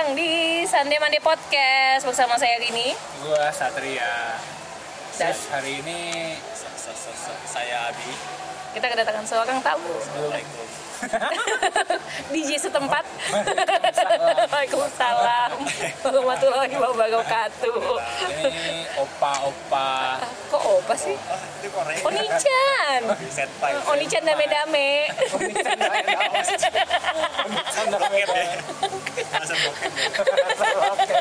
datang di Sunday Monday Podcast bersama saya Rini. Gua Satria. Dan hari ini saya Abi. Kita kedatangan seorang tamu. Assalamualaikum. DJ setempat. Waalaikumsalam warahmatullahi wabarakatuh. Ini opa-opa. Kok opa sih? Itu Korea. Onichan. Onichan dame-dame. Boket ya. Masa boket ya.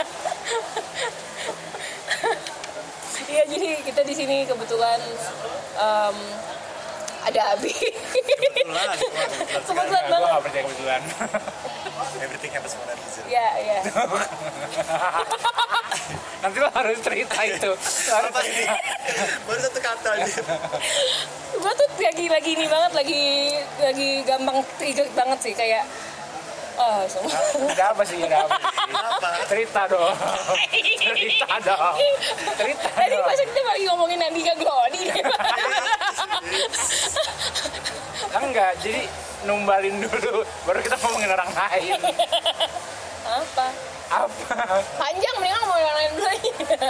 Iya, jadi kita di sini kebetulan ada Abi. Kebetulan Gue banget. gak percaya kebetulan. Everything happens for a reason. Iya. Nanti lo harus cerita itu. Apa sih? Baru satu kata aja. Gue tuh lagi ini banget, lagi gampang trigger banget sih, kayak semua. Ada apa sih? Apa? Cerita dong. Tadi pas kita lagi ngomongin Andika Glody. Enggak, jadi numbalin dulu baru kita ngomongin orang lain. Apa? Panjang, mendingan ngomongin orang lain dulu aja.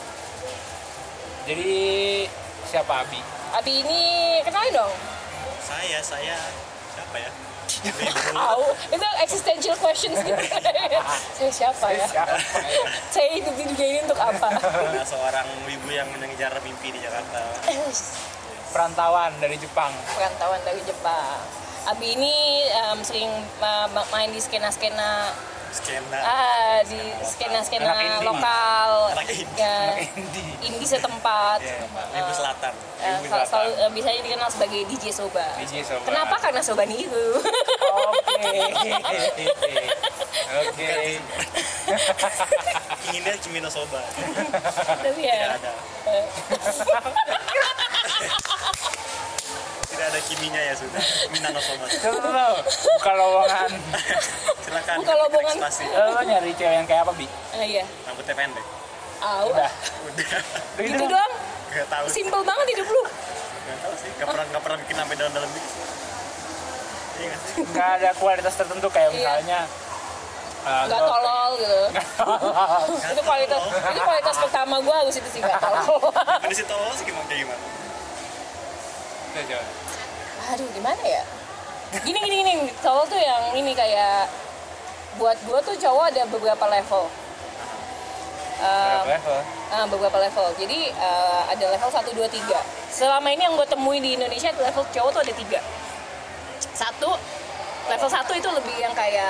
Jadi siapa Abi? Abi ini kenalin dong. Saya siapa ya? Tahu, itu existential questions gitu. Saya siapa ya? Saya hidup di dunia ini untuk apa? Nah, seorang ibu yang mengejar mimpi di Jakarta. Perantauan dari Jepang. Perantauan dari Jepang. Abi ini sering main di skena di skena Anak indie. lokal, Anak indie. ya, indie setempat. Ibu Selatan. Biasanya dikenal sebagai DJ Soba. DJ Soba. Kenapa? Karena Soba Niru. Oke. Inginnya Kimi no Soba. Tapi ya. Tidak ada. Tidak ada kiminya ya sudah. Mina no Soba. Coba buka lowongan. Silakan. Buka lowongan. Ekspektasi. Lo nyari cewek yang kayak apa, Bi? Iya. Rambutnya pendek. Udah. Udah. Gitu doang. Gak tahu. Simple banget hidup lu. Gak tahu sih. Gak pernah bikin sampai dalam gitu. Iya nggak sih? Nggak ada kualitas tertentu kayak Iya. misalnya Gak tolol gitu. Itu kualitas pertama gue harus itu sih, gak tolol. Definisi tolol sih kayak gimana? Coba. Aduh, gimana ya? Gini. Tolol tuh yang ini kayak buat gue tuh cowok ada beberapa level. Beberapa level. Jadi ada level 1, 2, 3. Selama ini yang gue temui di Indonesia level cowok tuh ada 3. Level 1 itu lebih yang kayak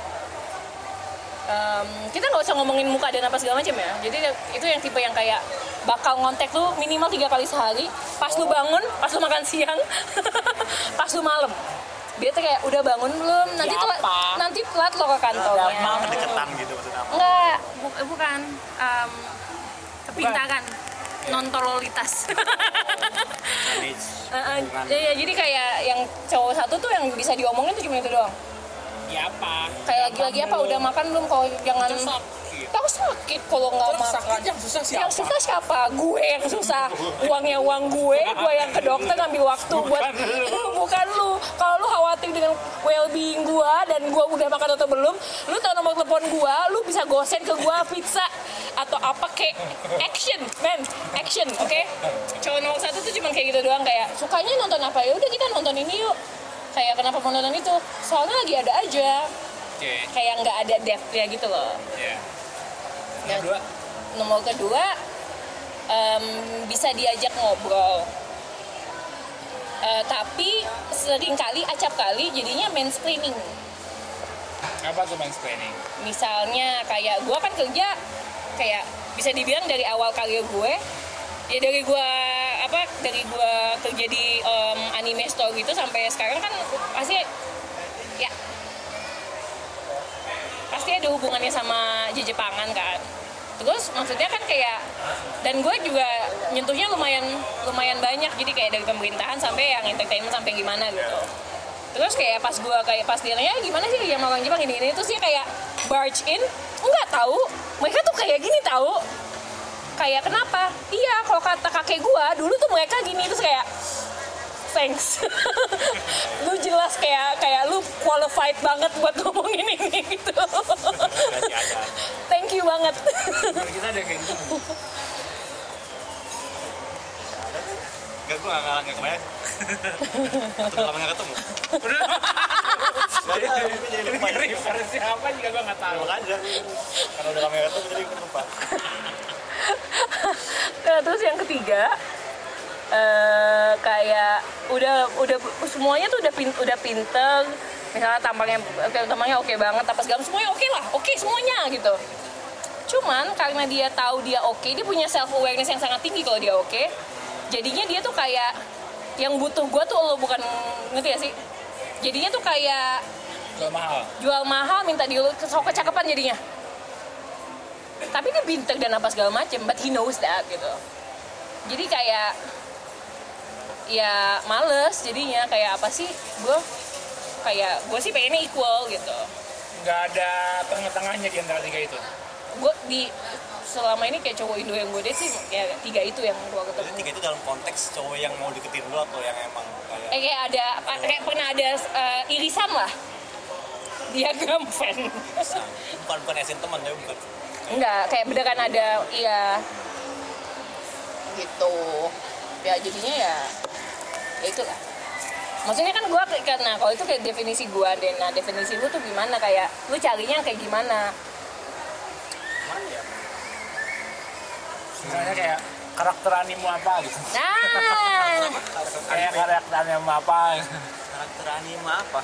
kita nggak usah ngomongin muka dan apa segala macam ya. Jadi itu yang tipe yang kayak bakal ngontek lu minimal 3 kali sehari. Pas lu bangun, pas lu makan siang, pas lu malam. Dia tuh kayak udah bangun belum? Nanti telat lo ke kantornya. Kedekatan gitu maksudnya apa? Enggak, bukan kepintaran, non-tololitas. Ya, jadi kayak yang cowok satu tuh yang bisa diomongin tuh cuma itu doang. Ya apa? Kayak lagi-lagi apa udah makan belum? Kalau jangan tahu sakit kalau nggak makan. Yang susah siapa? Yang susah siapa? Gue yang susah. Uangnya uang gue yang ke dokter ngambil waktu bukan lu. Kalau lu khawatir dengan well-being gue dan gue udah makan atau belum, lu tahu nomor telepon gue, lu bisa gosen ke gue pizza atau apa kayak action, oke? Cowok nomor 1 tuh cuma kayak gitu doang, kayak sukanya nonton apa, ya udah kita nonton ini yuk. Kayak kenapa mau nonton itu? Soalnya lagi ada aja. Kayak nggak ada depth-nya gitu loh. Yang Nomor kedua bisa diajak ngobrol. Tapi seringkali acap kali jadinya mansplaining. apa tuh mansplaining? Misalnya kayak gue kan kerja kayak bisa dibilang dari awal karir gue ya dari gue kerja di anime store gitu sampai sekarang kan pasti ada hubungannya sama Jepangan kan. Terus maksudnya kan kayak dan gue juga nyentuhnya lumayan banyak, jadi kayak dari pemerintahan sampai yang entertainment sampai gimana gitu. Terus kayak pas dia nanya gimana sih yang orang Jepang ini terus dia kayak barge in, enggak tahu mereka tuh kayak gini tahu. Kayak kenapa? Iya, kalau kata kakek gua dulu tuh mereka gini, terus kayak thanks. Lu jelas kayak lu qualified banget buat ngomongin ini gitu. banget. Kita ada kayak gitu. Enggak, gue nggak kebayang. Atau udah lama nggak ketemu. Udah. Jadi lupa ya. Referensi apa juga gue nggak tahu. Makanya karena udah lama nggak ketemu jadi gue lupa. Nah, terus yang ketiga, kayak udah semuanya tuh udah pinter. Misalnya tampangnya oke banget, apa segala semuanya oke semuanya gitu. Cuman karena dia tahu dia oke, dia punya self awareness yang sangat tinggi kalau dia oke. Jadinya dia tuh kayak yang butuh gue tuh lo, bukan, ngerti gak sih? Jadinya tuh kayak jual mahal minta di so kecakapan jadinya. Tapi dia pinter dan apa segala macem, but he knows that gitu. Jadi kayak ya males jadinya, kayak apa sih gue sih pengennya equal gitu. Nggak ada tengah-tengahnya di antara tiga itu. Gue selama ini kayak cowok Indo yang gue date sih ya tiga itu yang gue ketemu. Jadi tiga itu dalam konteks cowok yang mau deketin lu atau yang emang kayak kayak pernah ada irisan lah, diagram fan. bukan esin teman ya, bukan. Enggak, kayak beneran ada, iya gitu ya. Jadinya ya itulah, maksudnya kan gue karena kalau itu kayak definisi gue deh. Nah definisi lu tuh gimana, kayak lu carinya kayak gimana? Misalnya kayak karakter anime apa gitu. Nah Kayak karakter anime apa gitu. Karakter anime apa?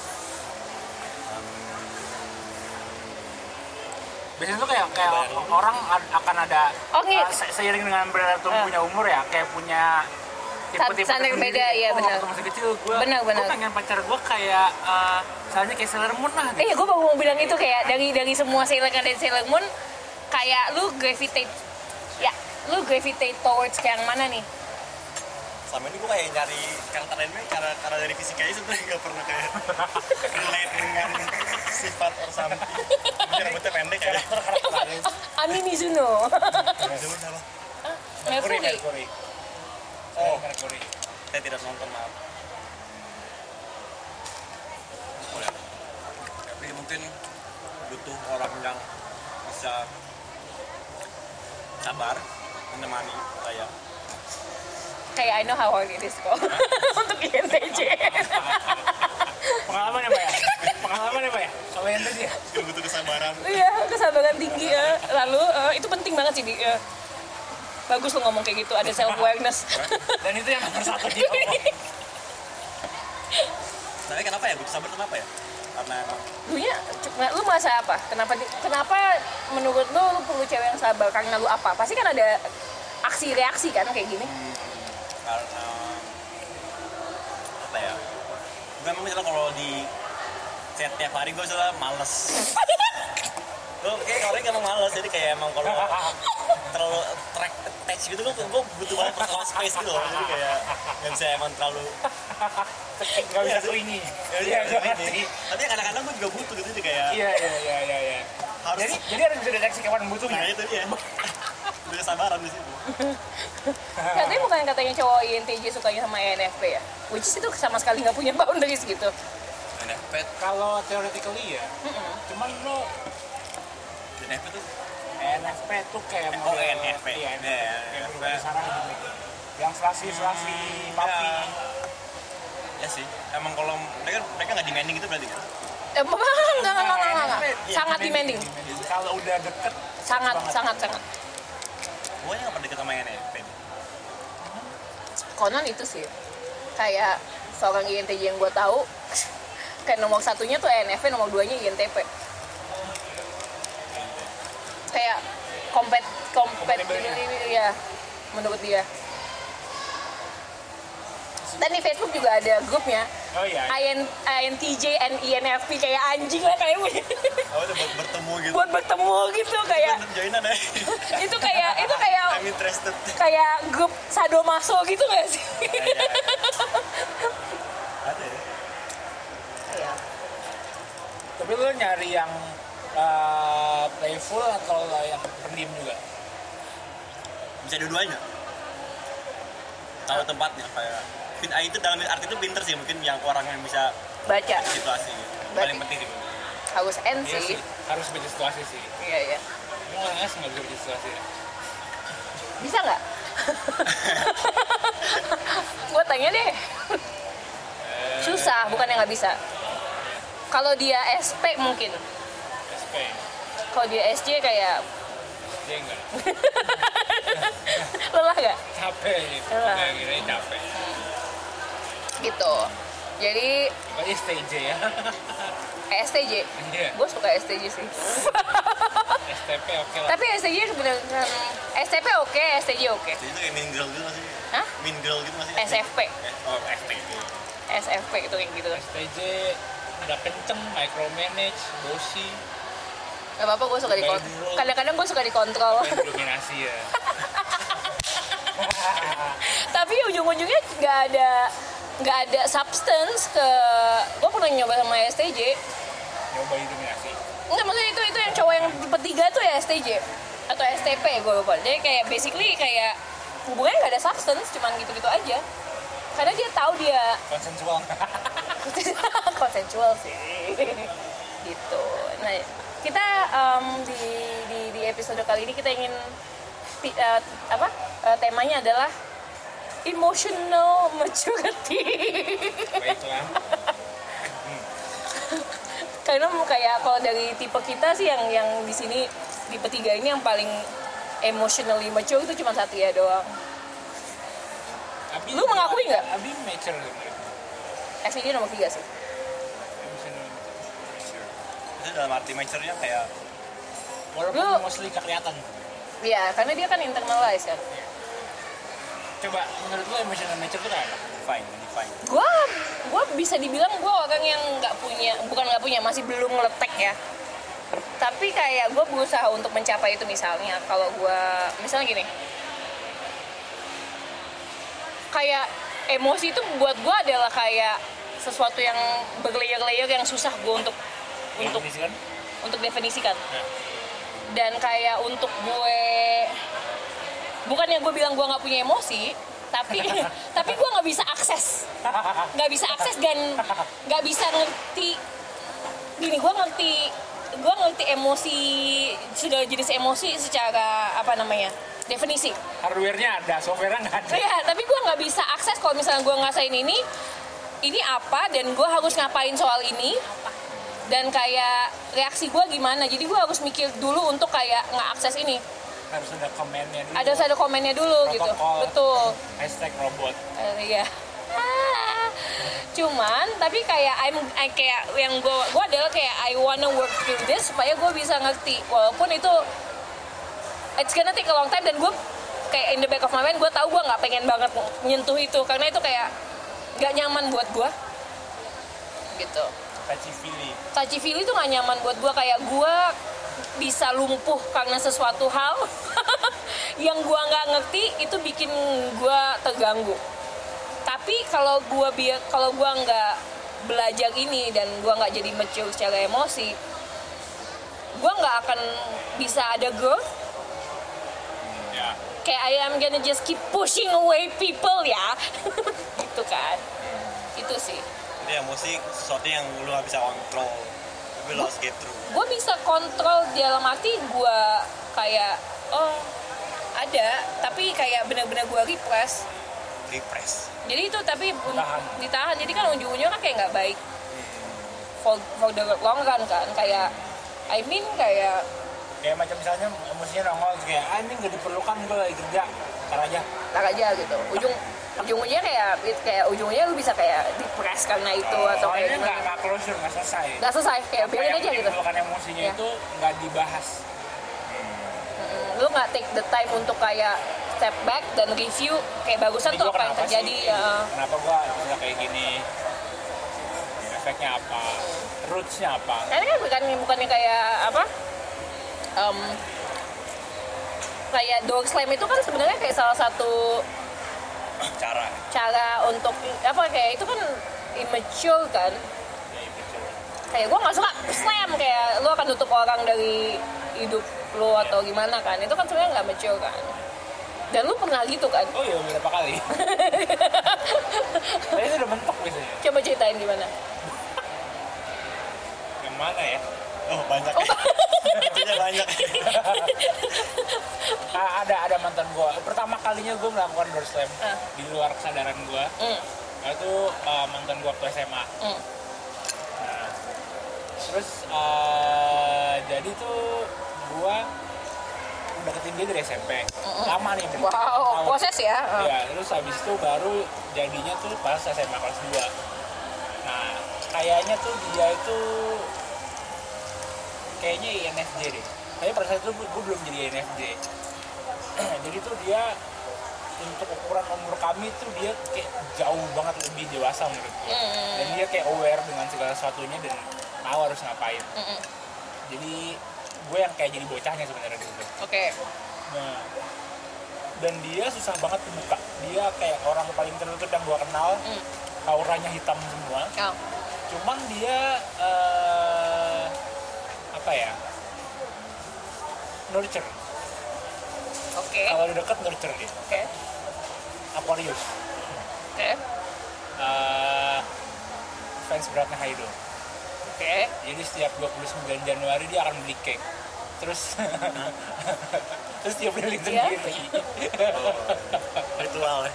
Biasanya tuh kayak orang akan ada seiring dengan bertumbuhnya umur ya, kayak punya tipe-tipe standar beda, iya benar. Waktu masih kecil gue pengen pacar gue kayak misalnya kayak Sailor Moon lah gitu. Gue baru mau bilang itu, kayak dari semua Sailor dan Sailor Moon, kayak lu gravitate towards kayak yang mana nih? Selama ini gue kayak nyari karakter anime karena dari fisikanya sebenarnya nggak pernah kayak relate dengan sifat or something. Mungkin rambutnya pendek kayak. Ami Mizuno. Mizuno apa? Mercury. Oh, Mercury. Saya tidak nonton, maaf. Tapi mungkin butuh orang yang bisa sabar menemani saya. Kayak I know how hard it is kok untuk INTJ. Pengalaman ya Pak ya? Kalau yang tadi ya? Butuh kesabaran. Iya, kesabaran tinggi ya. Lalu itu penting banget sih. Bagus lo ngomong kayak gitu, ada self awareness. Dan itu yang nomor satu di Tapi kenapa ya? Butuh sabar kenapa ya? Karena emang lu merasa apa? Kenapa menurut lu perlu cewek yang sabar? Karena lu apa? Pasti kan ada aksi reaksi kan kayak gini. Karena apa ya? Gue emang misalnya kalau di chat tiap hari gue misalnya males. Gue kayak orangnya emang males, jadi kayak emang kalau terlalu track attach gitu gue butuh banget personal space gitu loh. Jadi kayak nggak bisa emang terlalu nggak bisa tuh ini. Iya, tapi kadang-kadang gue juga butuh gitu, jadi kayak iya. Harus. Jadi harus bisa deteksi kapan butuhnya. Nah itu dia. Udah kesabaran di situ. Katanya bukan katanya cowok INTJ sukanya sama ENFP ya? Which is itu sama sekali nggak punya boundaries gitu. NFP. Kalau theoretically ya, cuman lo NFP tuh? ENFP tuh kayak Oh NFP. Iya, Yang berubah di sana gitu. Yang selasi papi. Ya sih, emang kalau mereka nggak demanding gitu berarti kan? Enggak. Sangat demanding. Kalau udah deket, Sangat. Gue nggak pernah deket sama NFP. Konon itu sih. Kayak seorang INTJ yang gue tahu, kayak nomor satunya tuh ENFP, nomor 2-nya INTP. Kayak kompet ini ya menurut dia. Dan di Facebook juga ada grupnya. oh iya. INTJ and INFP, kayak anjing lah kayak Oh itu buat bertemu gitu. buat bertemu gitu kayak. Joinan ya. itu kayak I'm interested. kayak grup sadomaso gitu nggak sih? Ada ya. Iya. Tapi lo nyari yang playful atau yang pendiam juga? Bisa dua-duanya. Tahu tempatnya kayak itu dalam arti itu pinter sih, mungkin yang orang yang bisa Baca. situasi gitu. Paling penting sih. harus end Iya sih. Harus baca situasi sih. Iya. Emang orang S nggak bisa baca situasi ya? Bisa nggak? Gue tanya deh. Susah, bukannya nggak bisa. Kalau dia SP mungkin. SP. Kalau dia SJ kayak Dia enggak. lelah nggak? Capek gitu. Lelah. Kayak gini capek. Gitu. Jadi Berarti stay J ya. STJ. Iya. Gue suka STJ sih. STP oke lah. Tapi STJ sebenarnya STP oke, STJ oke. Jadi itu kayak mean girl gitu masih. Hah? Mean girl gitu masih. SFP. Oh, FTP. SFP itu kayak gitu. STJ udah kenceng, micromanage, bossy, Gak apa-apa, gue suka dikontrol. Kadang-kadang gue suka dikontrol. dominasi ya. Tapi ujung-ujungnya nggak ada substance ke. Gue pernah nyoba sama STJ. Nyoba dominasi. Enggak, maksudnya itu yang cowok yang tipe 3 tuh ya STJ atau STP, gue lupa. Jadi kayak basically kayak hubungannya nggak ada substance, cuman gitu-gitu aja. Karena dia tahu dia Konsensual. konsensual sih. Gitu. Nah, kita di episode kali ini kita ingin temanya adalah emotional maturity. Baiklah. Karena kayak kalau dari tipe kita sih yang di sini tipe 3 ini yang paling emotionally mature itu cuma Satria doang. Abi, Lu mengakui nggak? Abi mature gitu. SJ nomor 3 sih. Itu dalam arti mature-nya kayak Walaupun Lu- mostly gak kelihatan. Iya, karena dia kan internalize kan. Coba menurut lu emotional mature itu apa? define. Gua bisa dibilang gua orang yang bukan nggak punya, masih belum ngeletek ya. Tapi kayak gue berusaha untuk mencapai itu. Misalnya kalau misalnya gini, kayak emosi itu buat gue adalah kayak sesuatu yang berlayer-layer yang susah gue untuk definisikan. Ya. Dan kayak untuk gue, bukannya gue bilang gue nggak punya emosi, tapi gue nggak bisa akses dan nggak bisa ngerti. Gini, gue ngerti emosi, segala jenis emosi secara definisi. Hardware-nya ada, software-nya nggak ada. Iya, tapi gue nggak bisa akses kalau misalnya gue ngasain ini apa, dan gue harus ngapain soal ini, dan kayak reaksi gue gimana. Jadi gue harus mikir dulu untuk kayak nge-akses ini. Harus ada komennya dulu. Ada komennya dulu gitu. Protokol. Betul. #robot. Iya. Cuman tapi kayak kayak yang gue adalah kayak I wanna work through this supaya gue bisa ngerti, walaupun itu it's gonna take a long time, dan gue kayak in the back of my mind gue tahu gue nggak pengen banget nyentuh itu karena itu kayak nggak nyaman buat gue gitu. Touchy feely itu nggak nyaman buat gue, kayak gue bisa lumpuh karena sesuatu hal yang gue nggak ngerti, itu bikin gue terganggu. Tapi kalau gue nggak belajar ini dan gue nggak jadi mature secara emosi, gue nggak akan bisa ada growth. Ya. Kayak I am gonna just keep pushing away people ya. Gitu kan. Itu sih. Jadi emosi sesuatu yang lu gak bisa kontrol, tapi lu harus get through. Gue bisa kontrol dalam arti gue kayak ada, tapi kayak benar-benar gue repress. Jadi itu tapi ditahan. Jadi kan ujung-ujungnya kan kayak nggak baik for the long run kan. Kayak kayak macam misalnya emosinya nongol kayak ini nggak diperlukan, gue lagi kerja, tar aja gitu. Ujung-ujungnya kayak ujungnya lu bisa kayak depres karena itu atau kayak ini nggak closure, nggak selesai kayak biarin aja gitu. Bukan emosinya Ya. itu nggak dibahas. Lu nggak take the time untuk kayak step back dan review kayak bagusan tuh apa yang terjadi. Kenapa gua nggak kayak gini, efeknya apa, rootsnya apa. Karena kan bukannya kayak kayak door slam itu kan sebenarnya kayak salah satu cara untuk kayak itu kan immature kan. Kayak gue nggak suka slam, kayak lu akan tutup orang dari hidup lu atau gimana kan, itu kan sebenarnya nggak mature kan. Dan lu pernah gitu kan? Oh iya, berapa kali? Tapi itu udah mentok biasanya. Coba ceritain gimana. Yang mana ya? Oh banyak. Itunya banyak. Ada mantan gue. Pertama kalinya gue melakukan door slam di luar kesadaran gue. Itu mantan gue waktu SMA. Nah, terus jadi tuh gue udah deketin dia dari SMP. Lama nih. Wow, proses ya. Iya, terus habis itu baru jadinya tuh pas SMA kelas 2. Nah, kayaknya tuh dia itu kayaknya INFJ deh. Tapi pada saat itu gue belum jadi INFJ. Jadi tuh dia untuk ukuran umur kami tuh dia kayak jauh banget lebih dewasa menurut gue. Dan dia kayak aware dengan segala sesuatunya dan tahu harus ngapain. Jadi gue yang kayak jadi bocahnya sebenarnya gitu. Oke. Nah, dan dia susah banget dibuka. Dia kayak orang paling tertutup yang gue kenal. Auranya hitam semua. Cuman dia apa ya? Nurture. Oke. Kalau udah deket nurture dia. Oke. Aquarius. Oke. Fans beratnya Haido. Oke. Jadi setiap 29 Januari dia akan beli cake. Terus terus dia beli sendiri. Ritual ya.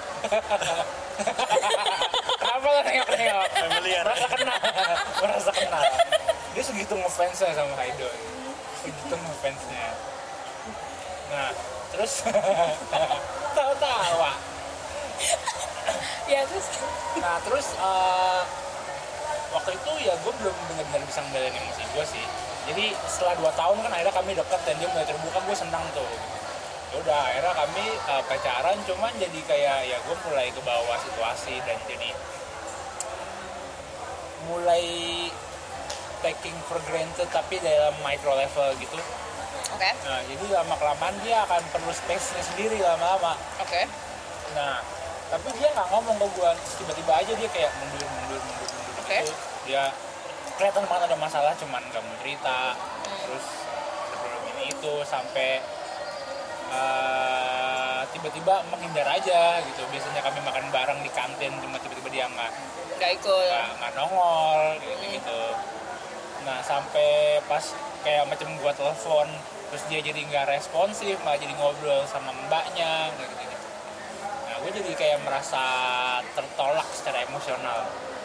Kenapa lo nengok-nengok? Familiar. Merasa kenal. Dia segitu ngefansnya sama Haido. Segitu ngefansnya. Nah, terus tawa-tawa. Ya terus. Nah, terus waktu itu ya gue belum benar-benar bisa ngebelain emosi gue sih. Jadi setelah 2 tahun kan akhirnya kami dekat dan dia mulai terbuka, gue senang tuh. Ya udah akhirnya kami pacaran, cuman jadi kayak ya gue mulai ke bawah situasi dan jadi mulai taking for granted tapi dalam micro level gitu. Oke. Nah, jadi lama-kelamaan dia akan perlu space-nya sendiri lama-lama. Oke. Nah, tapi dia nggak ngomong ke gue, tiba-tiba aja dia kayak mundur Oke. gitu. Dia kelihatan banget ada masalah, cuman nggak mau cerita. Terus sebelum ini itu sampai tiba-tiba menghindar aja gitu. Biasanya kami makan bareng di kantin, cuma tiba-tiba dia Nggak ikut. nggak nongol gitu. Nah, sampai pas kayak macam gua telepon, terus dia jadi nggak responsif, malah jadi ngobrol sama mbaknya gitu. Nah, gue jadi kayak merasa tertolak secara emosional.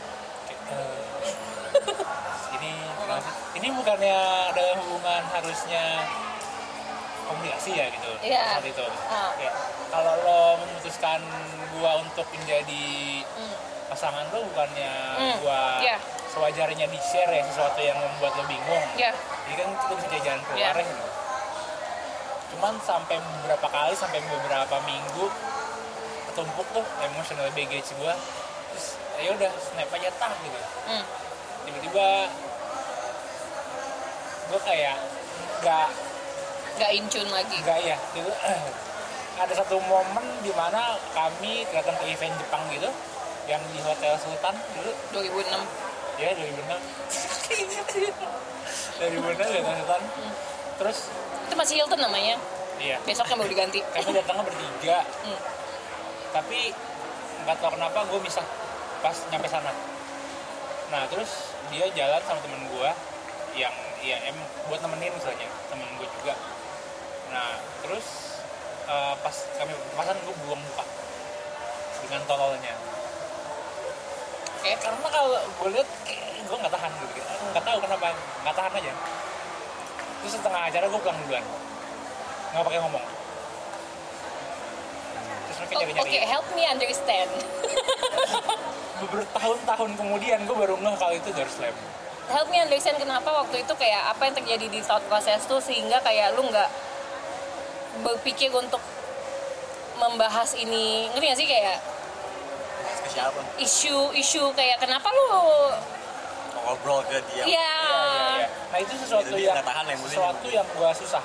Ini bukannya dalam hubungan harusnya komunikasi ya gitu. Saat itu. Kayak, kalau lo memutuskan gua untuk menjadi pasangan lo, bukannya gua sewajarnya di-share ya sesuatu yang membuat lo bingung. Jadi kan kita bisa jalan keluar gitu. Cuman sampai beberapa minggu ketumpuk tuh emotional baggage gua. Terus ya udah snap aja gitu. Tiba-tiba gue kayak nggak in tune lagi. Nggak ya. Gitu. Ada satu momen di mana kami datang ke event Jepang gitu, yang di Hotel Sultan dulu. 2006. Ya 2006. 2006 di Hotel Sultan. Terus itu masih Hilton namanya. Iya. Besoknya baru diganti. Kami datangnya bertiga. Tapi nggak tahu kenapa gue misah pas nyampe sana. Nah terus dia jalan sama temen gue yang ya buat nemenin misalnya, temen gue juga. Nah terus pas kami pasan gue buang muka dengan tololnya. Karena kalau gue lihat gue nggak tahan gitu, nggak tahu kenapa, nggak tahan aja. Terus setengah acara gue pulang duluan, nggak pakai ngomong. Terus mereka nyari-nyari. Oke, help me understand. Bertahun-tahun kemudian gue baru ngeh kalau itu door slam. Help me understand kenapa waktu itu kayak apa yang terjadi di thought process tuh sehingga kayak lu nggak berpikir untuk membahas ini, ngerti gak sih kayak siapa? Isu kayak kenapa lu ngobrol ke dia? Iya. Nah itu sesuatu yang gue susah.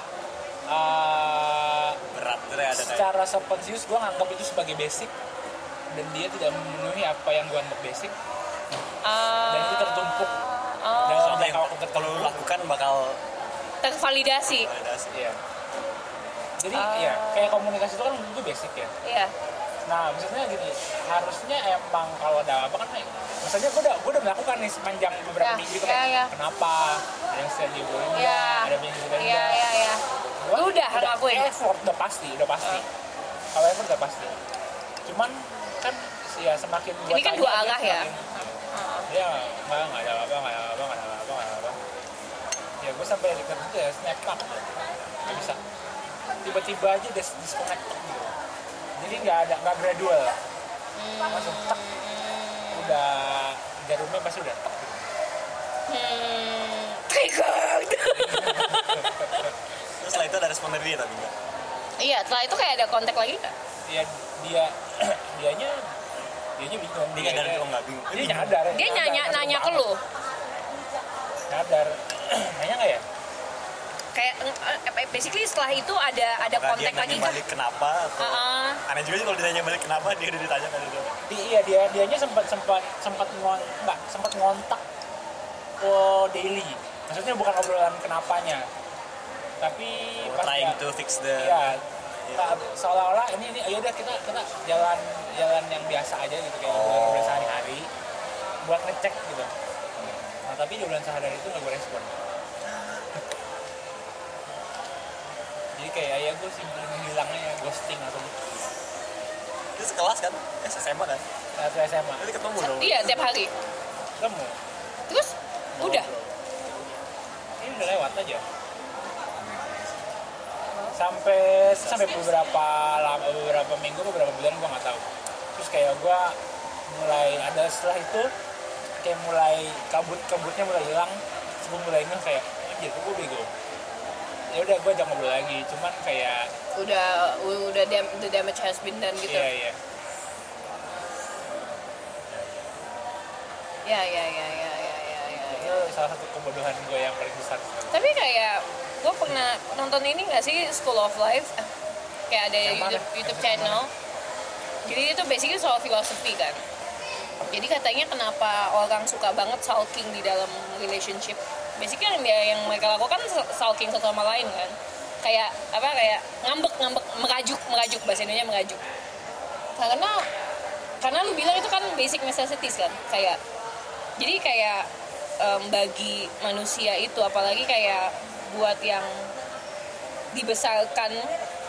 Berat ada secara subconscious gue nganggap itu sebagai basic dan dia tidak memenuhi apa yang gue anggap basic. Dan itu tertumpuk. Dan sampai kalau lu lakukan bakal tervalidasi. Iya. Jadi ya kayak komunikasi itu kan itu basic ya. Iya. Nah maksudnya gini, harusnya emang kalau ada apa kan, misalnya gue udah melakukan nih sepanjang beberapa minggu itu kan, kenapa? yang setia juga ada yang juga iya lu udah ngakuin effort udah pasti kalau effort udah pasti cuman kan ya semakin ini kan dua arah ya dia nggak ada apa ya gue sampai dekat itu ya snap up nggak bisa tiba-tiba aja disconnect gitu jadi nggak gradual langsung tek udah jarumnya pasti udah tek gitu. Triggered. Terus setelah itu ada respon dari dia tapi enggak? Iya, setelah itu kayak ada kontak lagi nggak? Iya, dianya bingung. Dia nyadar kalau nggak bingung. Dia nyadar. Dia nanya ke lu. Nyadar. Nanya nggak ya? Kayak basically setelah itu ada kontak lagi kan? Balik kenapa? Aneh juga sih kalau ditanya balik kenapa dia udah ditanya kan itu. Iya, dianya sempat ngontak. Daily. Maksudnya bukan obrolan kenapanya. Tapi trying to fix the seolah-olah ini ayo udah kita jalan yang biasa aja gitu kayak bulan sehari-hari buat ngecek gitu. Nah tapi di bulan sehari-hari itu nggak gue respon. Jadi kayak ya gue simpel hilangnya ghosting atau itu sekelas kan? SMA kan? Satu SMA. Jadi ketemu dong. Iya tiap hari. Ketemu. Terus udah. Ini udah lewat aja. Sampai beberapa minggu beberapa bulan gue nggak tahu. Terus kayak gue mulai ada setelah itu kayak mulai kabutnya mulai hilang. Terus gue mulai kayak anjir gue bego. Ya udah gue ajak ngobrol lagi. Cuman kayak udah the damage has been done gitu. Iya. Ya. Itu salah satu kebodohan gue yang paling besar. Tapi kayak gue pernah nonton ini nggak sih School of Life? Kayak ada YouTube channel. Jadi itu basically soal filosofi kan. Jadi katanya kenapa orang suka banget sulking di dalam relationship. Basically yang mereka lakukan sulking satu sama lain kan. Kayak ngambek, merajuk bahasa Indonesia merajuk. Karena lu bilang itu kan basic necessities kan. Jadi kayak bagi manusia itu apalagi kayak buat yang dibesarkan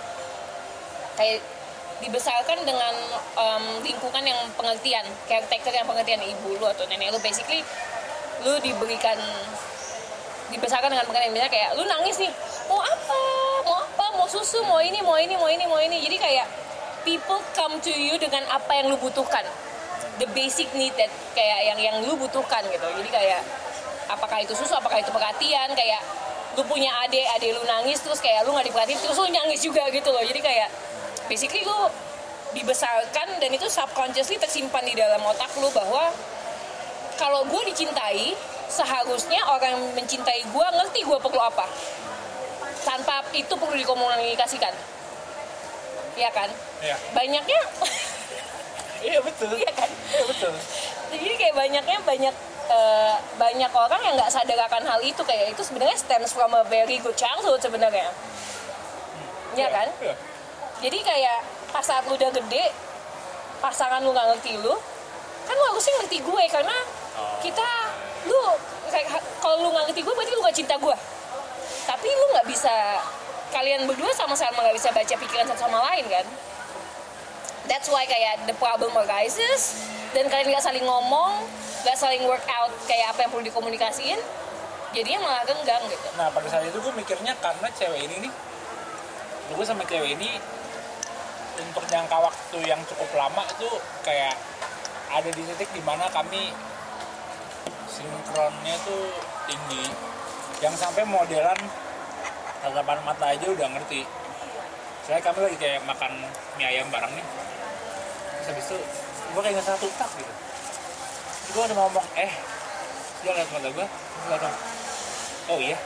dengan lingkungan yang pengertian, caretaker yang pengertian, ibu lu atau nenek lu, basically lu dibesarkan dengan pengertian. Misalnya kayak lu nangis nih, mau susu, mau ini, jadi kayak people come to you dengan apa yang lu butuhkan, the basic need that kayak yang lu butuhkan gitu. Jadi kayak apakah itu susu, apakah itu perhatian, kayak lu punya adik lu nangis terus kayak lu nggak diperhatiin terus lu nangis juga gitu loh. Jadi kayak basically lu dibesarkan dan itu subconsciously tersimpan di dalam otak lu bahwa kalau gue dicintai seharusnya orang yang mencintai gue ngerti gue perlu apa tanpa itu perlu dikomunikasikan. Iya kan? Iya. Banyaknya iya betul. Iya kan? Iya betul. Jadi kayak banyak orang yang nggak sadar akan hal itu, kayak itu sebenarnya stems from a very good childhood sebenarnya. Iya kan? Iya. Jadi kayak pas saat lu udah gede, pasangan lu nggak ngerti lu, kan lu harusnya ngerti gue karena lu kalau lu nggak ngerti gue berarti lu nggak cinta gue. Tapi lu nggak bisa, kalian berdua sama-sama nggak bisa baca pikiran satu sama lain kan? That's why kayak the problem arises dan kalian nggak saling ngomong, nggak saling work out kayak apa yang perlu dikomunikasiin, jadinya malah genggang gitu. Nah pada saat itu gue mikirnya karena cewek ini nih, gue sama cewek ini untuk jangka waktu yang cukup lama itu kayak ada di titik dimana kami sinkronnya tuh tinggi, yang sampai modelan tatapan mata aja udah ngerti. Soalnya kami lagi kayak makan mie ayam bareng nih, terus habis itu gue kayak nggak satu tak gitu. Gue udah ngomong, dia liat mata gue, terus liat, oh iya.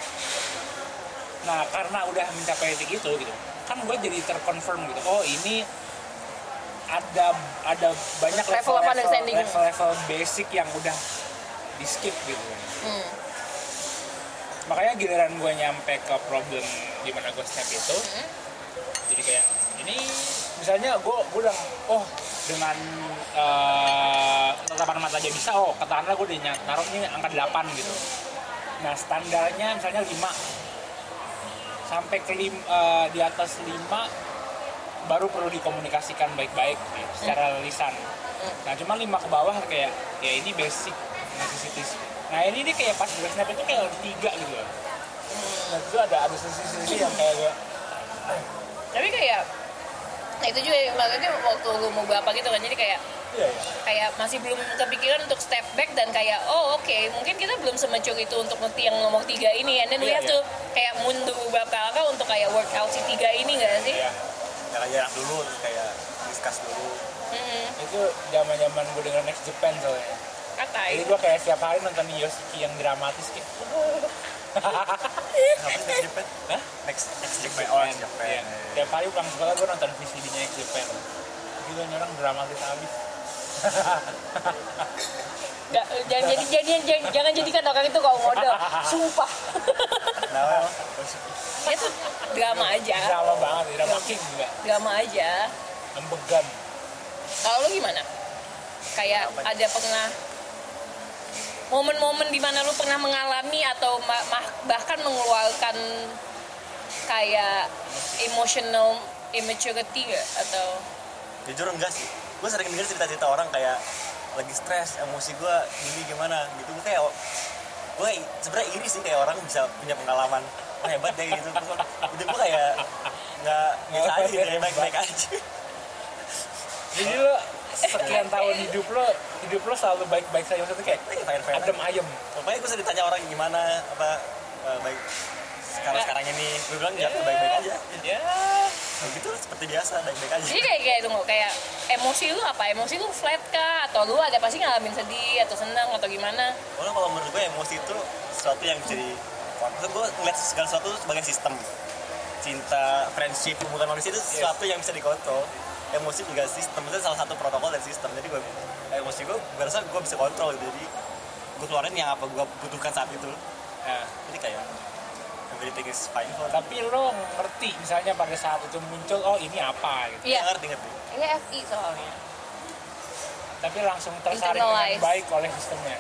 Nah karena udah mencapai titik itu gitu, kan gue jadi terkonfirm gitu, oh ini ada banyak level basic yang udah di skip gitu. Makanya giliran gue nyampe ke problem gimana gue snap itu, jadi kayak ini misalnya gue udah dengan tatapan mata aja bisa, katakanlah gue udah naruh ini angka 8 gitu. Nah standarnya misalnya 5 sampai ke di atas 5 baru perlu dikomunikasikan baik-baik gitu, secara lisan. Nah cuma 5 ke bawah kayak ya ini basic necessities. Nah ini dia kayak pas gue snap itu kayak 3 gitu loh. Nah itu ada sisi-sisi yang kayak tapi kayak nah itu juga maksudnya waktu lu mau berapa gitu kan, jadi kayak kayak masih belum kepikiran untuk step back dan kayak oke, mungkin kita belum semature itu untuk ngerti yang nomor 3 ini, and then we have to kayak mundur beberapa langkah untuk kayak work out si 3 ini nggak sih? Jarak-jarak dulu terus kayak discuss dulu. Itu zaman gue denger Next Japan soalnya. Jadi gue kayak setiap hari nonton Yoshiki yang dramatis kayak Apa sih Next Japan? Hah? Next Japan. Oh, Next Japan. Iya. Tiap hari pulang sekolah gue nonton VCD-nya Next Japan. Gila nih orang dramatis habis. Jangan jadikan orang itu kaum model, sumpah. Nah, Itu drama aja. Drama banget, drama king juga. Drama aja. Ambegan. Kalau lu gimana? Kayak ada pernah momen-momen di mana lu pernah mengalami atau bahkan mengeluarkan kayak emotional immaturity gak? Atau jujur enggak sih. Gue sering denger cerita-cerita orang kayak lagi stres, emosi gue gimana gitu. Gue sebenarnya iri sih kayak orang bisa punya pengalaman hebat deh gitu. Udah gue kayak nggak biasa aja, kayak baik-baik aja. Jadi lo sekian tahun hidup lo selalu baik-baik saja, maksudnya kayak adem ayem. Pokoknya gue sering ditanya orang gimana baik sekarang ini, gue bilang ya baik-baik aja. Ya gitu seperti biasa, baik-baik aja. jadi kayak itu kayak emosi lu apa? Emosi lu flat kah? Atau lu ada pasti ngalamin sedih atau senang atau gimana? Kalau menurut gue emosi itu sesuatu yang bisa maksud gue ngeliat segala sesuatu sebagai sistem. Cinta, friendship, hubungan manusia itu sesuatu yang bisa dikontrol. Emosi juga sistem, itu salah satu protokol dari sistem. Jadi emosi gue rasa gue bisa kontrol gitu. Jadi gue keluarin yang apa gue butuhkan saat itu. Jadi kayak everything is fine kok. Tapi lo ngerti misalnya pada saat itu muncul ini apa gitu. Iya. Ngerti. Ini FI soalnya. Tapi langsung tersaring dengan baik oleh sistemnya.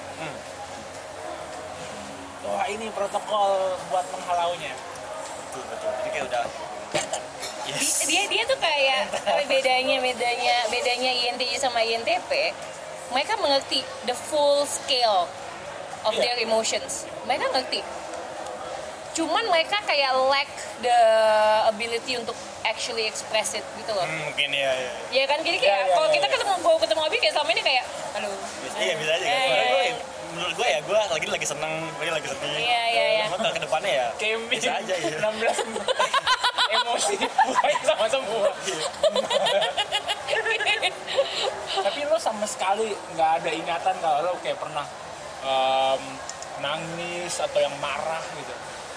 Wah ini protokol buat menghalaunya. Betul. Jadi kayak udah. Yes. Dia tuh kayak bedanya INTJ sama INTP, mereka mengerti the full scale of their emotions. Mereka ngerti. Cuman mereka kayak lack the ability untuk actually express it gitu loh. Mungkin ya. Ya kan, jadi kayak kalau kita ketemu Abi kayak selama ini kayak aduh. Iya bisa aja. Menurut gue ya, gue lagi seneng, lagi sedih. Iya. Cuma kalau kedepannya ya Kemi bisa aja ya. 16 emosi bukan sama semua. Tapi lo sama sekali nggak ada ingatan kalau lo kayak pernah nangis atau yang marah gitu.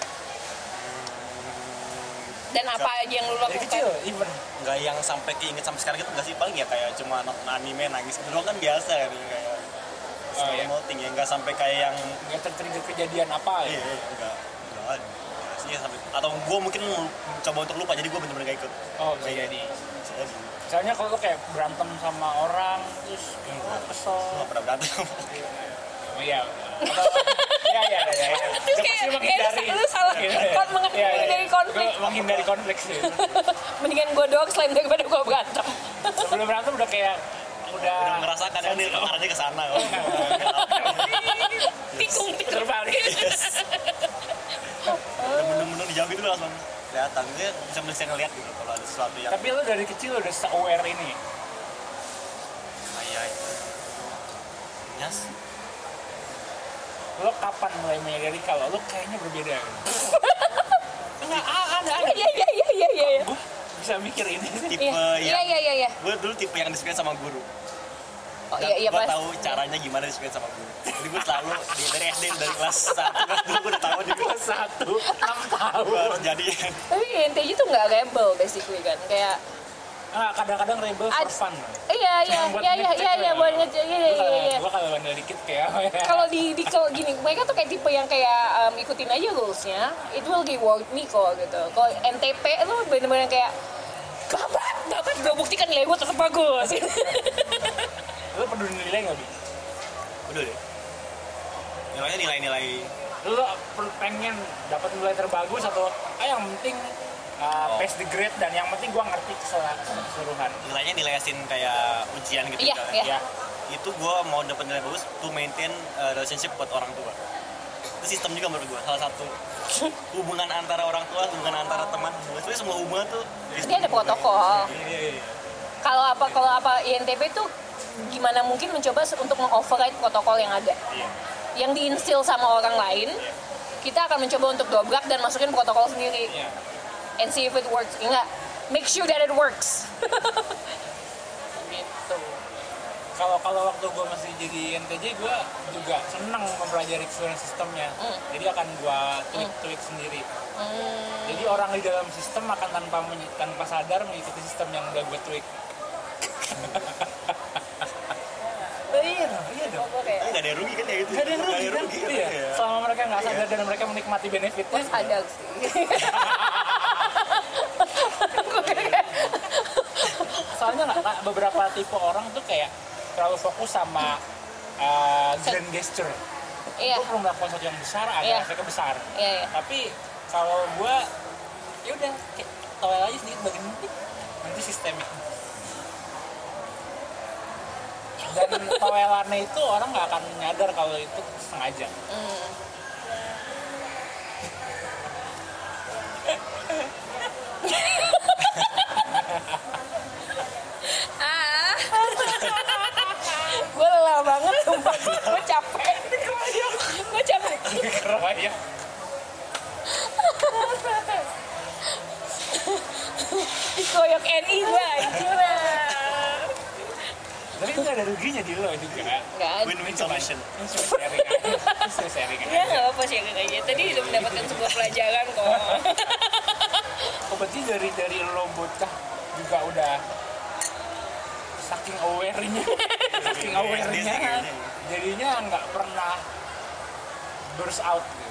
Dan apa aja yang lo lakukan? Dari kecil, even nggak yang sampai keinget sampai sekarang gitu nggak sih, paling ya kayak cuma nonton anime nangis gitu doang kan biasa kan kayak normal thing ya, nggak sampai kayak yang nggak tertrigger kejadian apa ya? Iya, nggak ada sih sampai, atau gue mungkin coba untuk lupa jadi gue bener-bener nggak ikut. Oh bisa jadi. Misalnya kalau lo kayak berantem sama orang terus kesel. Nggak pernah berantem. Iya. Iya. Terus kayak lu salah menghindari konflik. Menghindari konflik sih. Mendingan gue doang selain daripada gue berantem. Sebelum berantem udah kayak udah merasakan kan nih arahnya ke sana. Tikung terbalik. Bener-bener dijauh gitu langsung kelihatan, dia bisa ngeliat gitu kalau ada sesuatu yang. Tapi lo dari kecil udah se-aware ini. Kayak yes. Lo kapan mulai menyadari kalau lo kayaknya berbeda? Enggak, ada. Iya. Gue bisa mikir ini sih. Tipe Iya. Gue dulu tipe yang disukain sama guru. Oh iya gue pas. tahu caranya gimana disukain sama guru. Jadi gue selalu dari SD, dari kelas 1, kelas 2 gue udah tahu di kelas 1, 6 tahun. Gue harus jadi. Tapi INTJ tuh nggak rebel basically kan, kayak. Kadang-kadang rebel for fun. Iya. Buat ngecek. Iya. Gue kalau bandel dikit kayak. Kalau kalau gini, mereka tuh kayak tipe yang kayak ikutin aja rules-nya. It will reward me kok gitu. Kalau NTP itu bener-bener kayak Bapak gue buktikan nilai gue tetap bagus. Lo peduli nilai nggak, Bi? Peduli. Nilainya nilai-nilai lu pengen dapat nilai terbagus atau yang penting pass the grade dan yang penting gua ngerti keseluruhan. Nilainya nilai asin kayak ujian gitu Iya, kan. iya. Itu gua mau dapat nilai bagus to maintain relationship buat orang tua. Itu sistem juga menurut gua, salah satu hubungan antara orang tua, hubungan antara teman. Sebenarnya semua hubungan tuh dia ada protokol. Iya. Kalau apa INTP tuh gimana mungkin mencoba untuk mengoverride protokol yang ada. Iya. Yang diinstil sama orang lain, kita akan mencoba untuk dobrak dan masukin protokol sendiri. Iya. And see if it works. Enggak, make sure that it works. Gitu. Kalau waktu gue masih jadi NTJ, gue juga senang mempelajari keseluruhan sistemnya. Jadi akan gue tweak sendiri. Jadi orang di dalam sistem akan tanpa sadar mengikuti sistem yang udah gue tweak. Iya dong. Nggak ada yang rugi kan ya gitu. Gak ada yang rugi kan? Iya. Selama mereka nggak sadar dan mereka menikmati benefitnya. Ada sih. Soalnya nggak beberapa tipe orang tuh kayak terlalu fokus sama grand gesture. Iya. Gue perlu melakukan sesuatu yang besar agar efeknya besar. Iya. Tapi kalau gue ya udah towel aja sedikit bagian nanti sistemik. Dan towelannya itu orang nggak akan nyadar kalau itu sengaja. Gue lelah banget sumpah. Gue capek. Gue capek. Keroyak. Dikoyok NI gue gila. Tapi itu ada ruginya di lo juga. Nggak ada. Win-win solution. Sharing Ya nggak apa-apa sih aja. Tadi udah mendapatkan sebuah pelajaran kok. Berarti dari lo bocah juga udah saking aware-nya jadinya nggak pernah burst out gitu.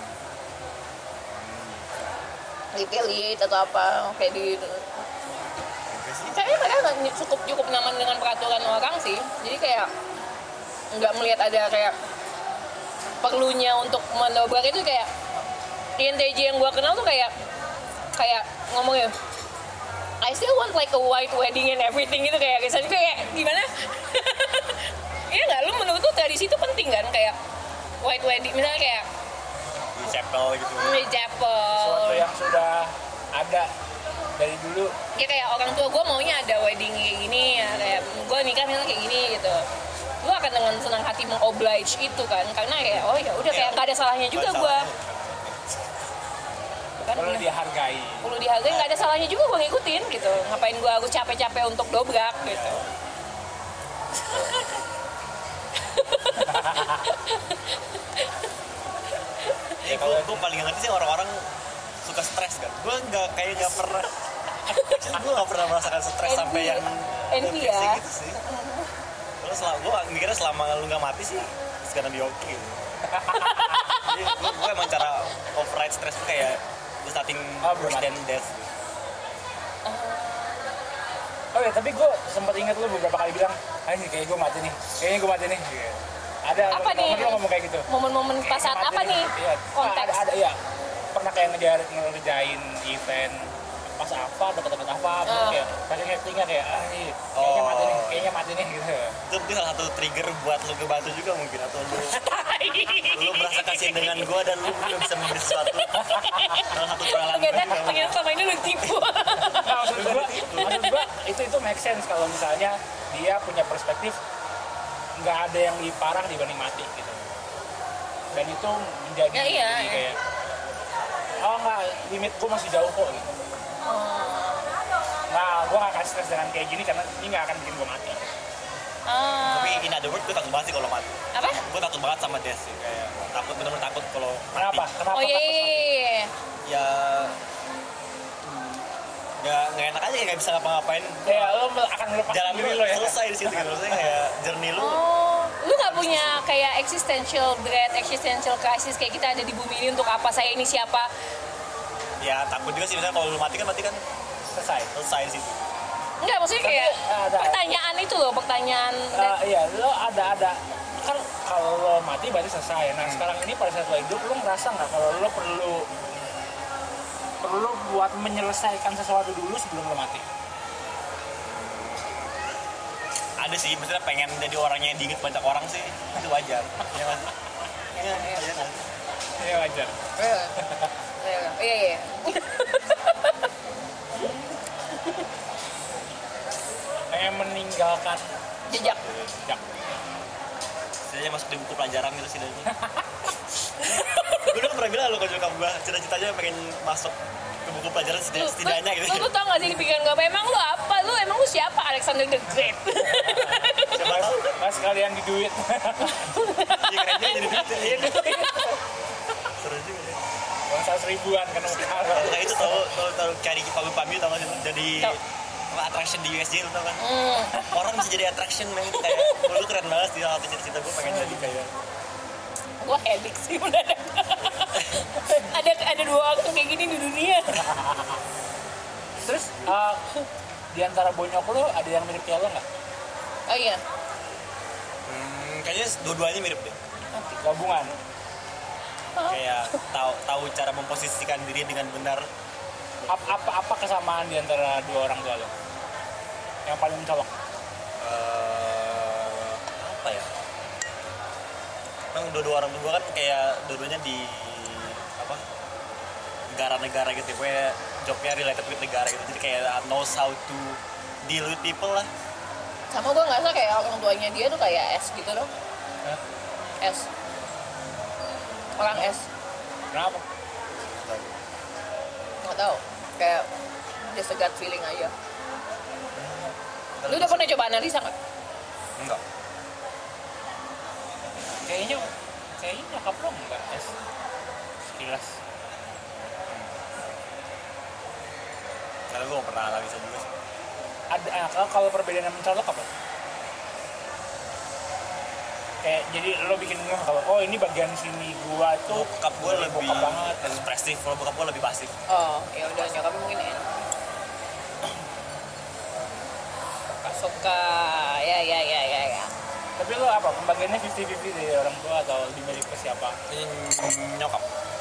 Retaliate atau apa kayak di kayaknya mereka cukup nyaman dengan peraturan orang sih, jadi kayak nggak melihat ada kayak perlunya untuk mendobrak itu. Kayak INTJ yang gue kenal tuh kayak ngomongnya I still want like a white wedding and everything gitu, kayak misalnya kayak gimana. Iya nggak, lu menurut lu tradisi itu penting kan, kayak white wedding misalnya kayak Di chapel gitu. di chapel. Sesuatu yang sudah ada dari dulu. Ya kayak orang tua gue maunya ada wedding kayak gini ya, kayak gue nikah misalnya kayak gini gitu. Lu akan dengan senang hati mengoblige itu kan, karena kayak oh ya udah kayak nggak ada salahnya juga gue. Kan Perlu dihargai. Nggak ada salahnya juga gue ngikutin gitu. Ngapain gue harus capek-capek untuk dobrak gitu. Ya kalau gue paling ngerti sih orang-orang suka stres kan. Gue nggak pernah. Gue nggak pernah merasakan stres sampai yang envy ya. Gitu sih. Terus gue mikirnya selama lu nggak mati sih, it's gonna be okay. Jadi gue emang cara override stress tuh kayak there's nothing worse than death. Oh ya, tapi gue sempat ingat lu beberapa kali bilang, ini kayaknya gue mati nih. Ada apa nih? Lo ngomong kayak gitu. Momen-momen pas saat apa nih? Iya. Konteks. Ada ya. Pernah kayak ngerjain event pas apa, deket-deket apa, kayak saking hektiknya kayak kayaknya mati nih gitu. Itu mungkin salah satu trigger buat lu kebantu juga mungkin, atau lu merasa kasihan dengan gue dan lu belum bisa memberi sesuatu. Salah satu pengalaman. Ternyata sama ini lu tipu. Nah, maksud gua itu make sense kalau misalnya dia punya perspektif nggak ada yang lebih parah dibanding mati gitu. Dan itu menjadi kayak nggak, limit gua masih jauh kok gitu. Nah, gue gak akan stres dengan kayak gini karena ini gak akan bikin gue mati. Tapi in other words, gue takut banget sih kalau mati. Apa? Gue takut banget sama death sih, kayak bener-bener takut kalau mati. Kenapa? Oh iya. Ya nggak enak aja, kayak nggak bisa ngapa-ngapain. Ya lo akan melepas jalan diri lo ya. Selesai di situ gitu, maksudnya kayak journey lu. Lu nggak punya kayak existential dread, existential crisis kayak kita ada di bumi ini untuk apa, saya ini siapa? Ya takut juga sih, misalnya kalau lu mati kan selesai sih. Enggak, maksudnya kayak pertanyaan itu loh, pertanyaan. Iya, lo ada kan kalau lo mati berarti selesai. Nah sekarang ini pada saat lo hidup lo ngerasa nggak kalau lo perlu buat menyelesaikan sesuatu dulu sebelum lo mati? Ada sih, maksudnya pengen jadi orangnya yang diinget banyak orang sih, itu wajar. Iya kan? Iya wajar. Iya. Pengen meninggalkan jejak. Setidaknya masuk di buku pelajaran gitu setidaknya. Gue udah pernah bilang lo ke nyokap gue, cita-citanya pengen masuk ke buku pelajaran setidaknya gitu. Lu tau gak sih di pikiran gue, emang lu apa? Emang lu siapa? Alexander the Great. Siapa tahu kan? Pas kalian di duit. Iya kayaknya jadi duit. Iya duit. Seru juga ya. Bangsa 1.000-an kan kalau kayak itu tahu cari pami tau gak sih? Jadi attraction di USJ lu tau kan? Orang bisa jadi attraction men, kayak lu keren banget sih, hal cita-cita gue pengen jadi kayak gue helik sih mendadak. ada 2 orang kayak gini di dunia. Terus di antara bonyok lu ada yang mirip kayak lo nggak? Oh iya. Kayaknya dua-duanya mirip deh. Gabungan. Kayak tahu cara memposisikan diri dengan benar. Apa kesamaan di antara 2 orang tua lo? Yang paling mencolok? Apa ya? Emang dua orang tua kan kayak dua-duanya di apa? Negara-negara gitu, kayak jobnya related with negara gitu, jadi kayak knows how to deal with people lah. Sama gue ngerasa kayak orang tuanya dia tuh kayak S gitu dong. S. Orang S. Kenapa? Nggak tahu. Kayak just a gut feeling aja. Lu udah pernah coba analisa nggak? Enggak. Kayaknya nyokap lo enggak S. Sekilas. Karena gue gak pernah analisa juga sih. Kalau perbedaan yang mencolok apa? Kayak jadi lo bikin ngeh kalau ini bagian sini gua tuh bokap gue lebih banget ekspresif, kalau bokap gue lebih pasif. Oh, ya udah nyokap mungkin ya. Suka ya. Tapi lo apa? Pembagiannya 50-50 dari orang tua atau lebih milih ke siapa? Nyokap.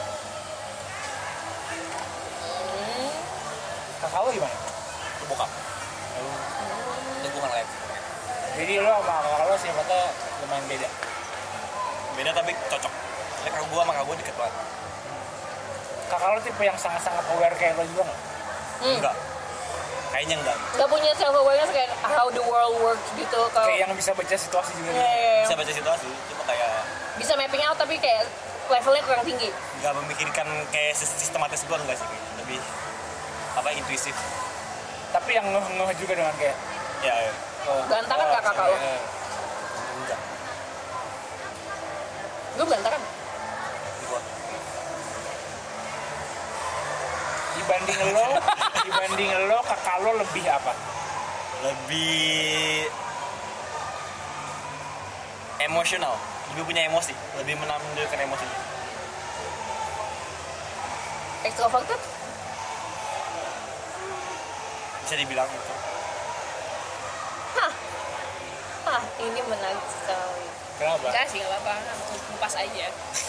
Kakak lo gimana? Itu bokap. Itu bukan live. Jadi lo sama kakak lo siapa tuh lumayan beda? Beda tapi cocok. Jadi kakak gue sama kakak gue deket banget. Kakak lo tipe yang sangat-sangat aware kayak lo juga nggak? Enggak. Kayaknya enggak. Nggak punya self awareness kayak how the world works gitu. Kalau kayak yang bisa baca situasi juga gitu. Bisa baca situasi, cuma kayak bisa mapping out tapi kayak levelnya kurang tinggi. Nggak memikirkan kayak sistematis gue enggak sih, kayak lebih apa intuisif. Tapi yang ngeh juga dengan kayak ya. Berantakan nggak kakak lo? Enggak. Lu berantakan? Dibanding lo kakak lo lebih apa? Lebih emosional, lebih punya emosi, lebih menampilkan emosi. Extroverted? Bisa dibilang gitu. Ini menarik sekali. Kenapa? Enggak sih, nggak apa-apa. Kupas aja.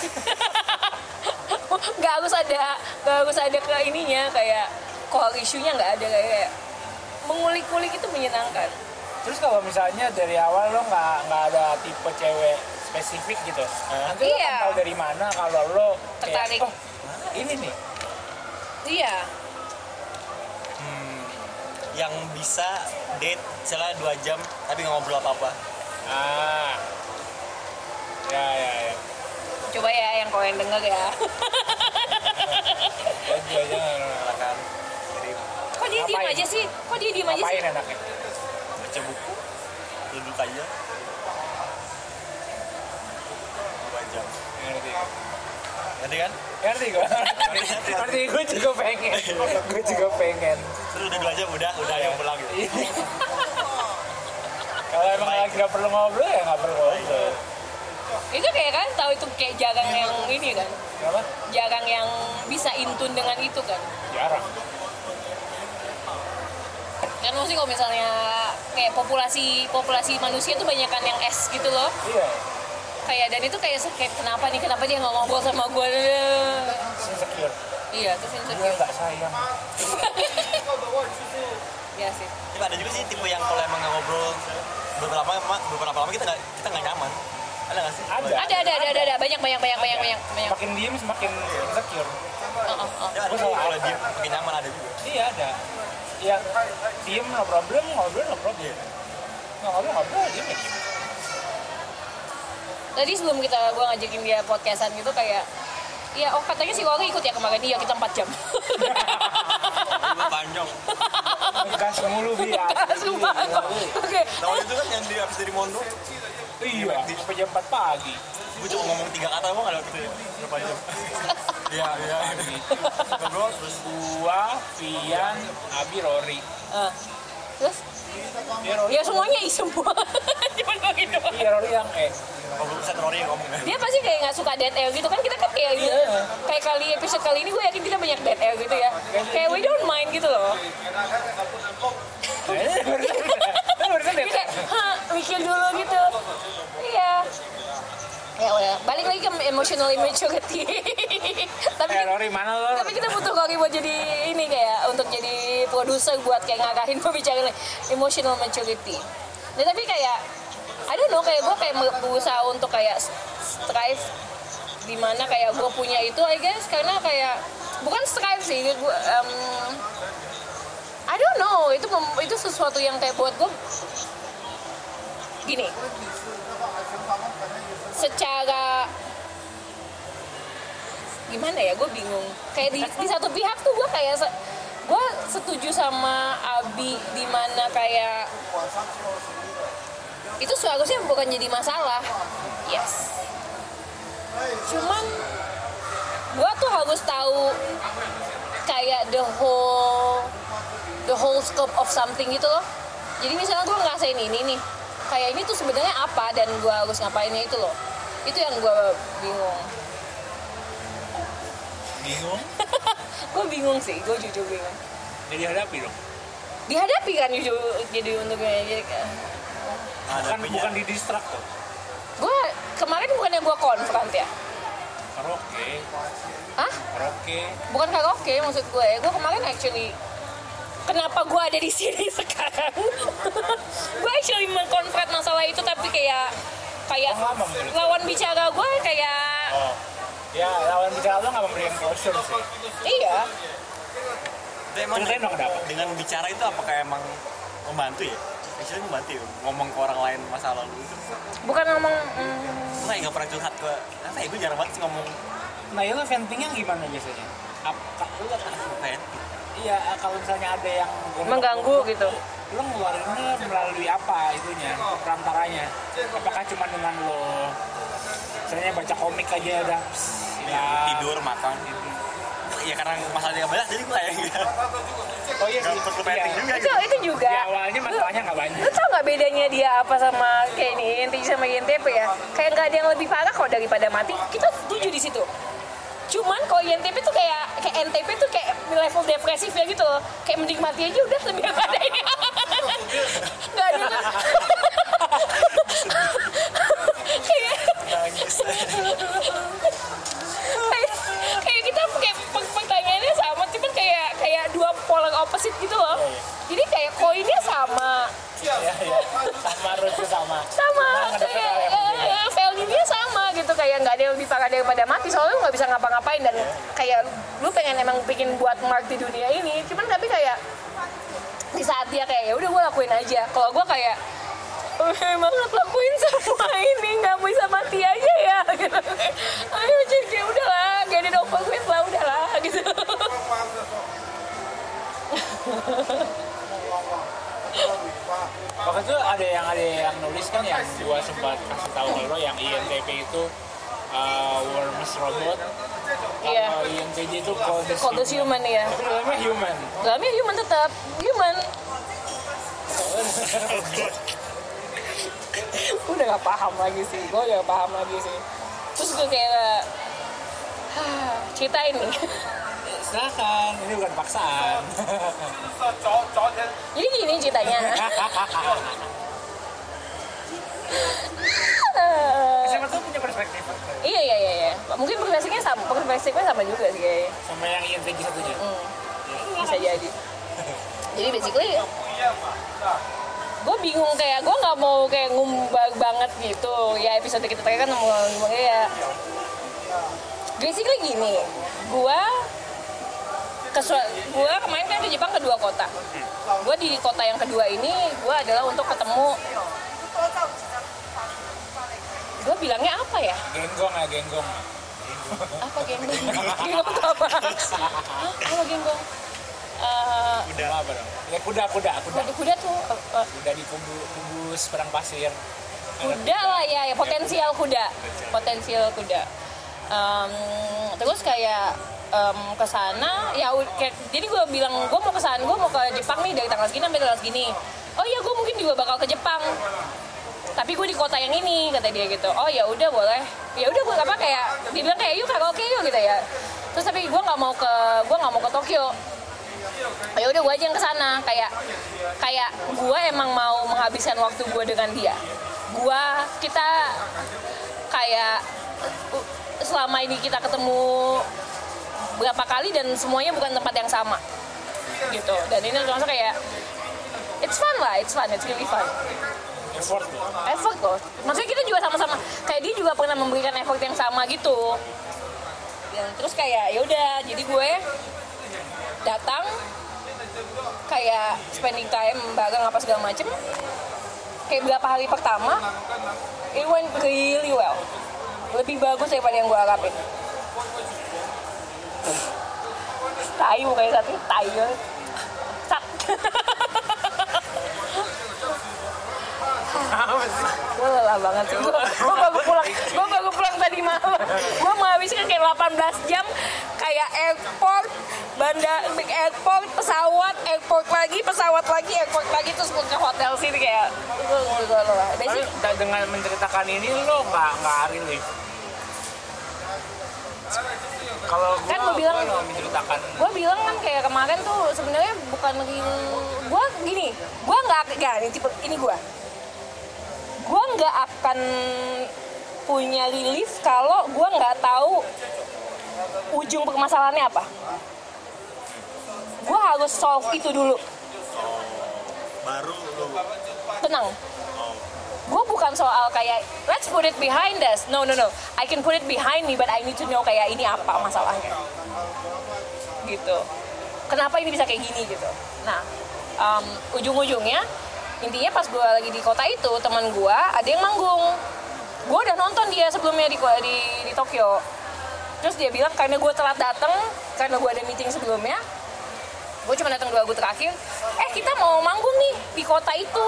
Nggak harus ada ke ininya, kayak core issue-nya nggak ada, kayak mengulik-ulik itu menyenangkan. Terus kalau misalnya dari awal lo nggak ada tipe cewek spesifik gitu, nanti lo kan tahu dari mana kalau lo tertarik. Kayak, ini nih. Iya. Yang bisa date misalnya 2 jam tapi nggak ngobrol apa-apa. Ya. Coba ya yang kalian denger ya. Silakan kirim. Kok dia diem aja sih? Ngapain enaknya? Baca buku, duduk aja. 2 jam. Ngerti kan? Ngerti gue juga pengen. Terus udah 2 jam udah ayo pulang gitu. Kalau emang lagi nggak perlu ngobrol ya nggak perlu ngobrol. Itu kayak kan tahu itu kayak jarang yang ini kan? Kenapa? Jarang yang bisa intun dengan itu kan? Jarang. Kan maksudnya kalau misalnya kayak populasi manusia tuh banyak kan yang S gitu loh. Iya. kayak dan itu kayak kenapa dia nggak ngobrol sama gue. Insecure. Iya, terus Dia insecure. nggak sayang. Iya sih. Tapi ada juga sih tipe yang kalau emang nggak ngobrol beberapa lama kita nggak nyaman. Ada nggak sih? Ada. Banyak. Makin diem semakin insecure. Ya, ada juga kalau diem makin nyaman ada juga. Iya ada. Yang diem no problem, ngobrol no problem. Ngobrol diem ya diem. Tadi sebelum gue ngajakin dia podcastan gitu kayak, ya katanya si Wali ikut ya kemarin, iya kita 4 jam. Panjang. Gas mulu biar. Oke. Tahun itu kan yang habis dari Mondo. Iya, sampai jam 4 pagi. Gue cuma ngomong 3 kata emang ada gitu ya. Berapa jam? Iya. Ngobrol terus Gua, Vian, Abi, Rory. Terus? Ya semuanya semua. Cuman gue gitu. Iya, Rory yang ngobrol bisa Rory yang ngomong. Dia pasti kayak nggak suka dead air gitu kan, kita kan kayak gitu. Kayak episode kali ini gue yakin kita banyak dead air gitu ya. Kayak we don't mind gitu loh. Dia kayak, mikir dulu gitu. Iya. Ya udah, balik lagi ke emotional immaturity. Rory mana lo? Tapi kita butuh Rory buat jadi ini kayak untuk jadi produser buat kayak ngarahin pembicaraan emotional maturity. Nah tapi kayak I don't know, kayak gue kayak berusaha untuk kayak strive di mana kayak gue punya itu I guess, karena kayak bukan strive sih, gue I don't know, itu sesuatu yang kayak buat gue gini. Secara gimana ya, gue bingung. Kayak di satu pihak tuh gue kayak gue setuju sama Abi di mana kayak itu seharusnya bukan jadi masalah. Yes. Cuman gue tuh harus tahu kayak the whole scope of something gitu loh. Jadi misalnya gue ngerasain ini nih, kayak ini tuh sebenarnya apa dan gue harus ngapainnya itu loh. Itu yang gue bingung. Bingung? Gue bingung sih, gue jujur bingung. Jadi hadapi dong. Dihadapi kan jujur, jadi untuknya jadi bukan di distract tuh. gue kemarin bukannya gue konfront ya? Karaoke. Hah? Karaoke. Bukan karaoke maksud gue. Gue kemarin actually kenapa gue ada di sini sekarang? Gue actually mengkonfront masalah itu, tapi kayak lawan bicara gue kayak. Ya lawan bicara lo nggak memberikan closure sih. Iya. Ceritain dong kenapa? Dengan bicara itu apakah emang membantu ya? Actually membantu ya? Ngomong ke orang lain masa lalu itu? Bukan ngomong. Gue nggak pernah curhat ke. Apa ya? Gue jarang banget sih ngomong. Nah ya lo ventingnya gimana biasanya? Lo Venting? Iya, kalau misalnya ada yang mengganggu gitu. Lo ngeluarinnya melalui apa itunya, perantaranya? Apakah cuma dengan lo misalnya baca komik aja udah tidur, makan gitu. Ya karena masalahnya banyak jadi gue ya. Oh iya sih. Itu juga. Di awalnya masalahnya nggak banyak. Lo tau nggak bedanya dia apa sama kayak ini INTJ sama INTP ya? Kayak nggak ada yang lebih parah kok daripada mati. Kita setuju di situ. Cuman kalau INTP tuh kayak NTP tuh kayak level depresifnya gitu loh. Kayak mending mati aja udah lebih daripada ini. Nggak ada. Kayak kita kayak pertanyaannya sama, cuman kayak dua polar opposite gitu loh. Jadi kayak koinnya sama. Iya. Sama harusnya sama. Kayak value-nya sama gitu, kayak nggak ada yang lebih parah daripada mati, soalnya lu nggak bisa ngapa-ngapain dan kayak lu pengen emang bikin buat mark di dunia ini, cuman tapi kayak di saat dia kayak ya udah gue lakuin aja. Kalau gue kayak emang lakuin semua ini nggak bisa mati aja ya gitu. Ayo jadi udahlah, get it over with lah, udahlah gitu. Waktu itu ada yang nulis kan yang gua sempat kasih tahu ke lo yang INTP itu worms robot. Iya. Kalau INTJ itu Coldest human ya. Tapi dalamnya human. Dalamnya human tetap human. Udah gak paham lagi sih, terus gue kayak ceritain nih. Silakan, ini bukan paksaan. Jadi gini ceritanya. Siapa orang tuh punya perspektif. Iya. Mungkin perspektifnya sama juga sih kayaknya. Sama yang INTJ satunya. Bisa jadi. Jadi basically gue bingung, kayak gue nggak mau kayak ngumbang banget gitu ya. Episode kita terakhir kan ngomongnya ya basically gini, gue kemarin kan ke Jepang ke 2 kota. Gue di kota yang kedua ini gue adalah untuk ketemu, gue bilangnya apa ya? Genggong. Apa genggong? Genggong itu apa? Apa genggong? Kuda apa dong? Ya kuda Kuda tuh kuda di kubus padang pasir. Kuda lah ya, potensial kuda. Terus kayak ke sana ya, jadi gue bilang gue mau ke sana, gue mau ke Jepang nih dari tanggal segini sampai tanggal segini. Oh iya, gue mungkin juga bakal ke Jepang, tapi gue di kota yang ini, kata dia gitu. Oh ya udah, boleh. Ya udah, gue apa kayak dia bilang kayak yuk karaoke yuk gitu ya. Terus tapi gue nggak mau ke Tokyo. Ya udah, gue aja yang kesana. Kayak gue emang mau menghabiskan waktu gue dengan dia. Kita kayak selama ini kita ketemu berapa kali dan semuanya bukan tempat yang sama gitu. Dan ini langsung kayak it's really fun. Effort loh. Maksudnya kita juga sama-sama, kayak dia juga pernah memberikan effort yang sama gitu. Dan terus kayak ya udah, jadi gue datang kayak spending time bareng apa segala macem. Kayak berapa hari pertama it went really well, lebih bagus daripada yang gue harapin. Tai kayak satu tai gue lelah banget sih. Gue baru pulang tadi malam. Gue menghabiskan kayak 18 jam kayak airport, airport lagi, terus ke hotel sini kayak gue lelah. Tapi dengan menceritakan ini lo nggak relief. Kalau kan gue bilang kan kayak kemarin tuh sebenarnya bukan lagi gue nggak akan punya relief kalau gue nggak tahu ujung permasalahannya apa. Gue harus solve itu dulu baru lo tenang. Gue bukan soal kayak let's put it behind us. No. I can put it behind me, but I need to know kayak ini apa masalahnya. Gitu. Kenapa ini bisa kayak gini gitu. Nah, ujung-ujungnya intinya pas gue lagi di kota itu, teman gue ada yang manggung. Gue udah nonton dia sebelumnya di Tokyo. Terus dia bilang karena gue telat datang, karena gue ada meeting sebelumnya, gue cuma datang 2 lagu terakhir. Kita mau manggung nih di kota itu.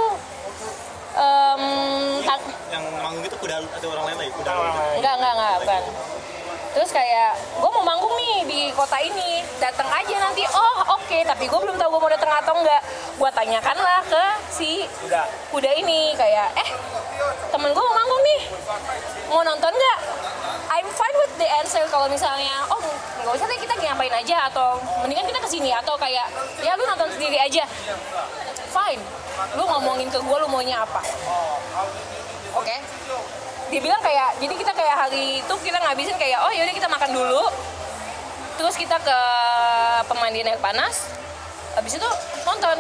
Yang manggung itu kuda atau orang lain lagi? Enggak, bukan. Terus kayak gue mau manggung nih di kota ini, datang aja nanti. Oke, tapi gue belum tahu gue mau datang atau enggak. Gue tanyakanlah ke si kuda ini kayak temen gue mau manggung nih, mau nonton nggak? I'm fine with the answer kalau misalnya nggak usah deh, kita ngapain aja, atau mendingan kita kesini, atau kayak ya lu nonton sendiri aja. Fine, lu ngomongin ke gue lu maunya apa. Oke. Dia bilang kayak, jadi kita kayak hari itu kita ngabisin kayak yaudah kita makan dulu, terus kita ke pemandian air panas, habis itu nonton.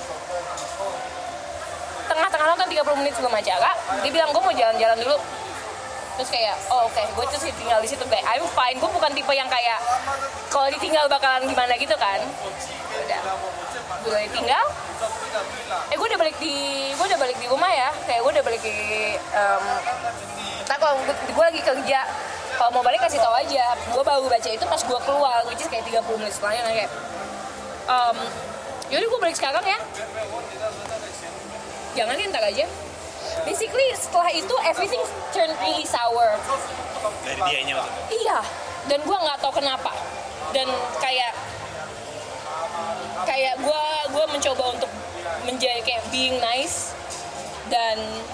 Tengah-tengah nonton 30 menit sebelum acara, dia bilang gue mau jalan-jalan dulu. Terus kayak oke, gue terus tinggal di situ kayak I'm fine. Gue bukan tipe yang kayak kalau ditinggal bakalan gimana gitu kan. Udah, gue ditinggal. Gue udah balik di rumah ya. Kayak gue udah balik di. Kalau gue lagi kerja, kalau mau balik kasih tau aja. Gue baru baca itu pas gue keluar, which is kayak 30 menit setelahnya kayak. Yaudah gue balik sekarang ya. Jangan nih, ntar aja. Basically setelah itu everything turned really sour. Dari dianya maksudnya? Iya, dan gue nggak tahu kenapa. Dan kayak gue mencoba untuk menjadi kayak being nice dan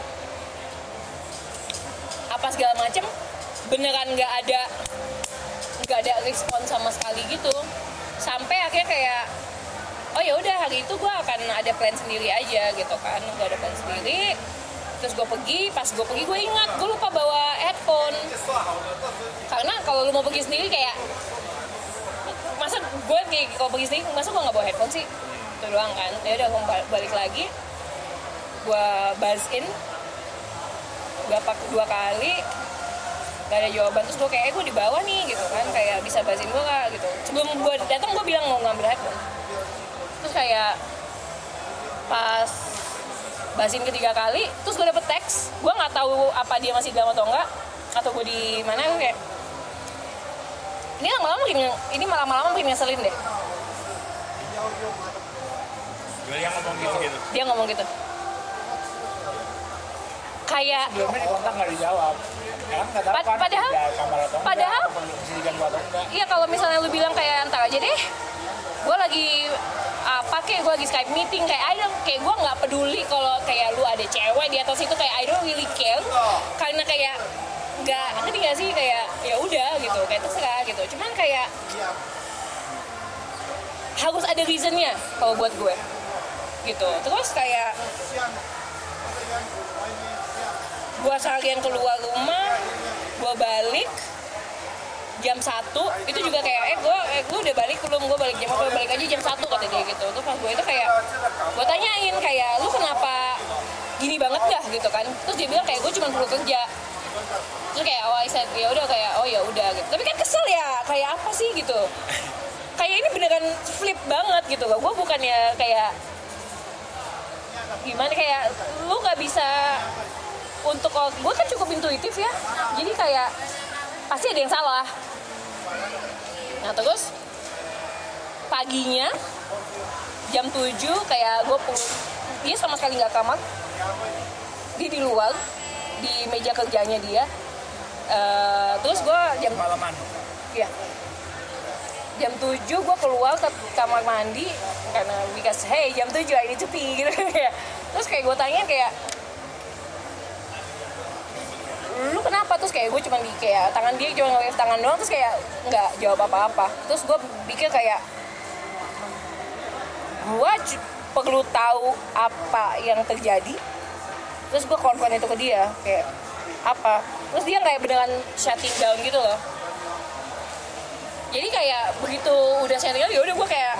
apa segala macem, beneran nggak ada respon sama sekali gitu. Sampai akhirnya kayak ya udah hari itu gue akan ada plan sendiri aja gitu kan. Gue ada plan sendiri. Terus gue pergi gue ingat gue lupa bawa headphone. Karena kalau lu mau pergi sendiri kayak masa gue kalau pergi sendiri masa gue nggak bawa headphone sih, itu doang kan. Ya udah gue balik lagi, gue buzz in berapa 2 kali gak ada jawaban. Terus gue kayak gue di bawah nih gitu kan, kayak bisa buzz in gue gak gitu. Sebelum gue datang gue bilang mau ngambil headphone. Terus kayak pas buzz in ketiga kali, terus gue dapet teks, gue nggak tahu apa dia masih dalam atau enggak, atau gue di mana. Gue kayak ini lama-lama makin ngeselin deh. Dia ngomong gitu. Kayak sebelumnya di kontak nggak dijawab. Padahal iya, kalau misalnya lu bilang kayak ntar aja deh, gue lagi gue lagi Skype meeting, kayak kayak gue nggak peduli kalau kayak lu ada cewek di atas itu, kayak I don't really care, karena kayak ngerti gak sih, kayak ya udah gitu, kayak terserah gitu. Cuman kayak harus ada reasonnya kalau buat gue gitu. Terus kayak gue seharian keluar rumah, gue balik jam 1, itu juga kayak gue udah balik belum, gue balik jam apa, balik aja jam 1 kata dia gitu. Terus pas gue itu kayak gue tanyain kayak lu kenapa gini banget dah gitu kan. Terus dia bilang kayak gue cuma perlu kerja. Terus kayak I said ya udah, kayak oh ya udah gitu. Tapi kan kesel ya, kayak apa sih gitu. Kayak ini beneran flip banget gitu loh. Gue bukannya kayak gimana, kayak lu nggak bisa untuk, gue kan cukup intuitif ya. Jadi kayak pasti ada yang salah. Nah terus paginya jam 7 kayak dia sama sekali nggak kamar, dia di luar di meja kerjanya dia. Terus gue jam malaman, ya jam 7 gue keluar ke kamar mandi karena because hey jam 7 I need to pee gitu. Terus kayak gue tanya kayak lu kenapa, terus kayak gue cuma kayak tangan dia cuma nge-wave tangan doang, terus kayak nggak jawab apa-apa. Terus gue pikir kayak gue perlu tahu apa yang terjadi. Terus gue konfront itu ke dia kayak apa, terus dia kayak beneran shutting down gitu loh. Jadi kayak begitu udah shutting down, ya udah gue kayak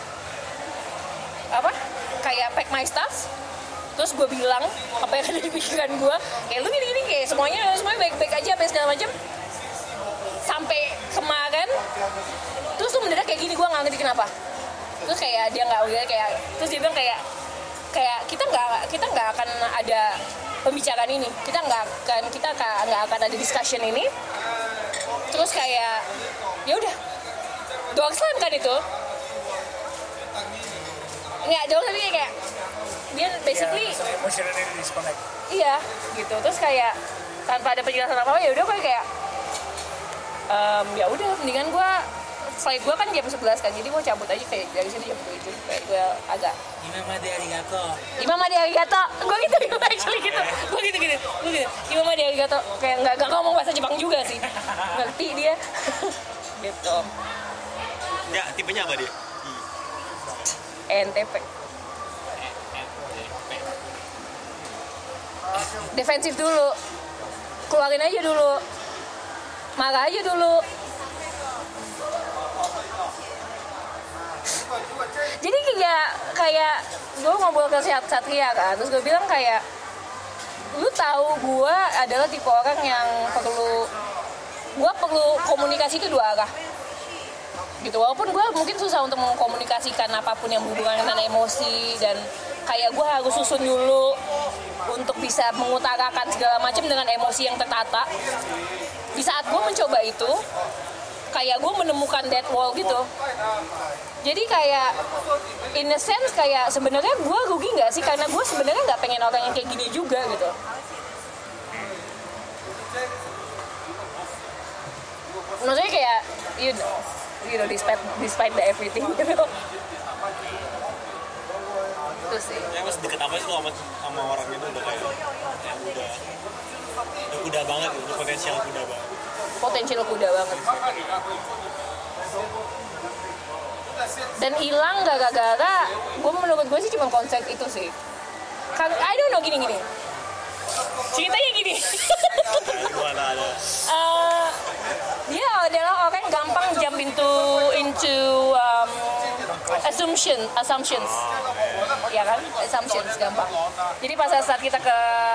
pack my stuff. Terus gue bilang apa yang ada di pikiran gue, kayak lu gini kayak semuanya baik-baik aja apa segala macam. Sampai kemarin terus tuh mendadak kayak gini, gue nggak ngerti kenapa. Terus kayak dia nggak udah kayak, terus dia bilang kayak kita nggak akan ada pembicaraan ini, kita nggak akan ada discussion ini. Terus kayak ya udah doang slam kan itu nggak jauh, tapi kayak dia basically emotionally disconnect. Iya gitu. Terus kayak tanpa ada penjelasan apa-apa, ya udah kayak ya udah mendingan gue, flight gue kan jam 11 kan, jadi gue cabut aja kayak dari sini jam 7. Kayak gue agak Imamade arigato gue gitu actually gitu. Gue gitu Imamade arigato, kayak nggak ngomong bahasa Jepang juga sih, ngerti dia. Gitu. Ya tipenya apa dia? NTP. Defensif dulu, keluarin aja dulu, marah aja dulu. Jadi kayak gue ngobrol ke Satria kan, terus gue bilang kayak lu tahu gue adalah tipe orang yang gue perlu komunikasi itu 2 arah gitu. Walaupun gue mungkin susah untuk mengkomunikasikan apapun yang berhubungan dengan emosi, dan kayak gue harus susun dulu untuk bisa mengutarakan segala macam dengan emosi yang tertata. Di saat gue mencoba itu, kayak gue menemukan dead wall gitu. Jadi kayak in a sense kayak sebenarnya gue rugi nggak sih, karena gue sebenarnya nggak pengen orang yang kayak gini juga gitu. Maksudnya kayak you know despite the everything gitu. Itu sih. Ya mas deket apa sih lo sama orang itu udah kayak udah kuda banget, udah potensial kuda banget. Dan hilang gara-gara menurut gue sih cuma konsep itu sih. I don't know, gini Ceritanya gini. Dia adalah orang yang gampang jump into assumptions. Ya kan? Assumptions gampang. Jadi pas saat kita ke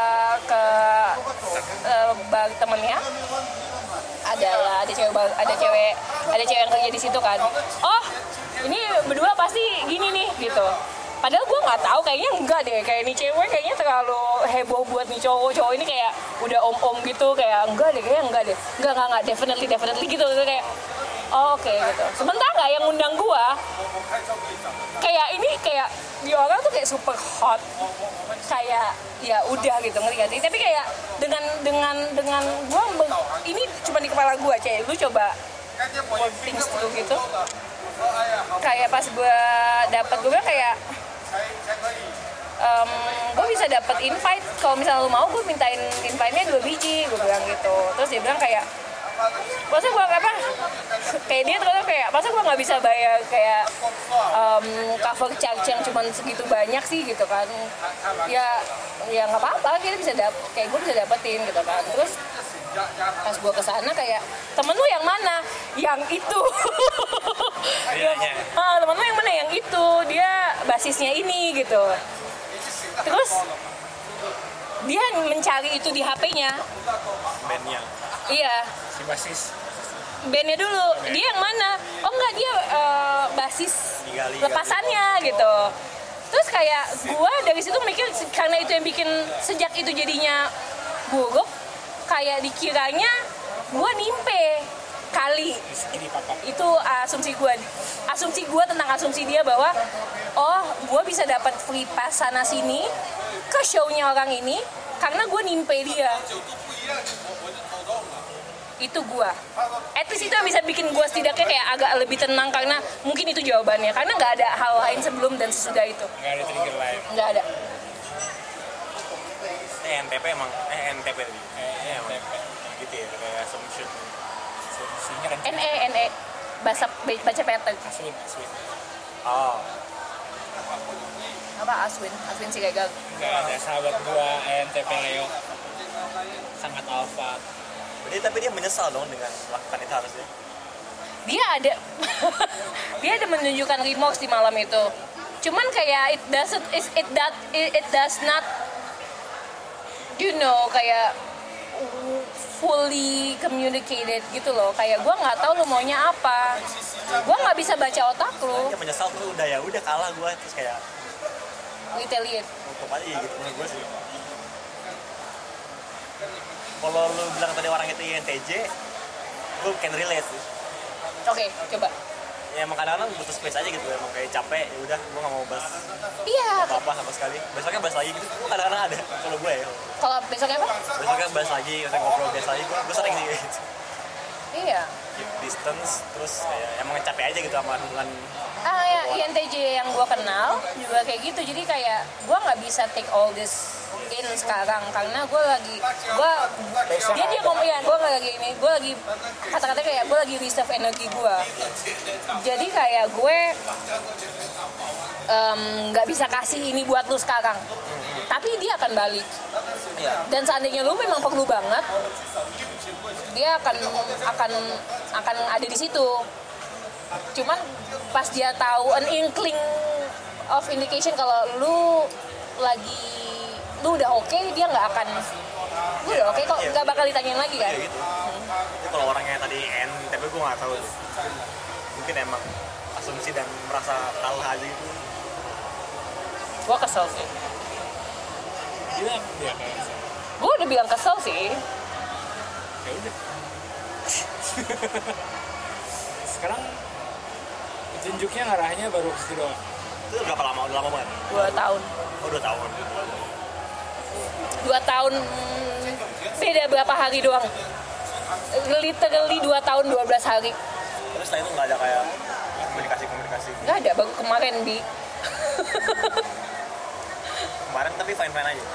bar temennya, ada cewek yang kerja di situ kan. Oh, ini berdua pasti gini nih gitu. Padahal gue nggak tahu, kayaknya enggak deh, kayak ini cewek kayaknya terlalu heboh buat nih cowok ini kayak udah om gitu, kayak enggak definitely gitu kayak oke gitu. Sementara yang undang gue kayak di orang tuh kayak super hot, kayak ya udah gitu, ngerti gak sih? Tapi kayak dengan gue ini cuma di kepala gue, kayak lu coba work things through gitu. Kayak pas gue dapat, gue bilang kayak gue bisa dapat invite, kalau misalnya lu mau gue mintain invite-nya 2 biji, gue bilang gitu. Terus dia bilang kayak masa gue kayak dia terus kayak masa gue nggak bisa bayar kayak cover charge yang cuma segitu banyak sih gitu kan. Ya nggak apa-apa, kita bisa kayak gue bisa dapetin gitu kan. Terus pas gue kesana kayak temen lu yang mana? Yang itu. Temen lu yang mana? Yang itu, dia basisnya ini gitu. Terus dia mencari itu di HP-nya. Bandnya. Iya. Si basis. Bandnya dulu. Dia yang mana? Oh enggak, dia basis lepasannya gitu. Terus kayak gue dari situ mikir, karena itu yang bikin sejak itu jadinya buruk, kayak dikiranya gue nimpe kali. Itu asumsi gue tentang asumsi dia bahwa oh gue bisa dapat free pass sana sini ke show-nya orang ini karena gue nimpe dia. Itu gue. At least itu yang bisa bikin gue setidaknya kayak agak lebih tenang, karena mungkin itu jawabannya, karena nggak ada hal lain sebelum dan sesudah itu. Nggak ada trigger lain. Nggak ada. NTP emang NTP tadi. NTP. Gitu ya, kayak assumption. Asumsinya kan. NE baca pattern. Aswin. Oh. Apa Aswin sih gagal. Nggak ada sahabat gua NTP Leo. Sangat alpha. Tapi dia menyesal dong dengan melakukan itu harusnya. Dia ada menunjukkan remorse di malam itu. Cuman kayak it does not kayak fully communicated gitu loh. Kayak gue nggak tahu lu maunya apa. Gue nggak bisa baca otak lu. Dia menyesal tuh udah kalah gue, terus kayak retaliate. Untuk aja gitu menurut gue sih. Kalau lu bilang tadi orang itu INTJ, gue can relate sih. Oke, coba. Ya emang kadang-kadang butuh space aja gitu, emang kayak capek, ya udah gue nggak mau bahas apa sama sekali. Besoknya bahas lagi gitu, gue kadang-kadang ada kalau gue ya. Kalau besoknya apa? Besoknya bahas lagi, besoknya ngobrol biasa lagi, gue sering sih gitu. Iya. Keep distance, terus kayak emang capek aja gitu sama hubungan. Ya, INTJ yang gue kenal juga kayak gitu, jadi kayak gue nggak bisa take all this in sekarang karena gue ngomong ya gue lagi kata-kata kayak gue lagi reserve energi gue, jadi kayak gue nggak bisa kasih ini buat lu sekarang, tapi dia akan balik, dan seandainya lu memang perlu banget, dia akan ada di situ. Cuman pas dia tahu an inkling of indication kalau lu udah oke, dia nggak akan lu udah oke kok, nggak bakal ditanyain lagi kan. Gitu. Itu kalau orangnya tadi tapi gue nggak tahu, mungkin emang asumsi dan merasa kalah aja gitu. Gue kesel sih. Gila dia kayak. Gue udah bilang kesel sih. Ya udah. Sekarang tunjuknya ngarahnya baru ke situ doang. Itu berapa lama? Udah lama banget? 2 tahun. Oh 2 tahun. 2 tahun beda berapa hari doang. Literally 2 tahun 12 hari. Terus setelah itu nggak ada kayak komunikasi? Nggak ada, baru kemarin Bi. Kemarin tapi fine-fine aja?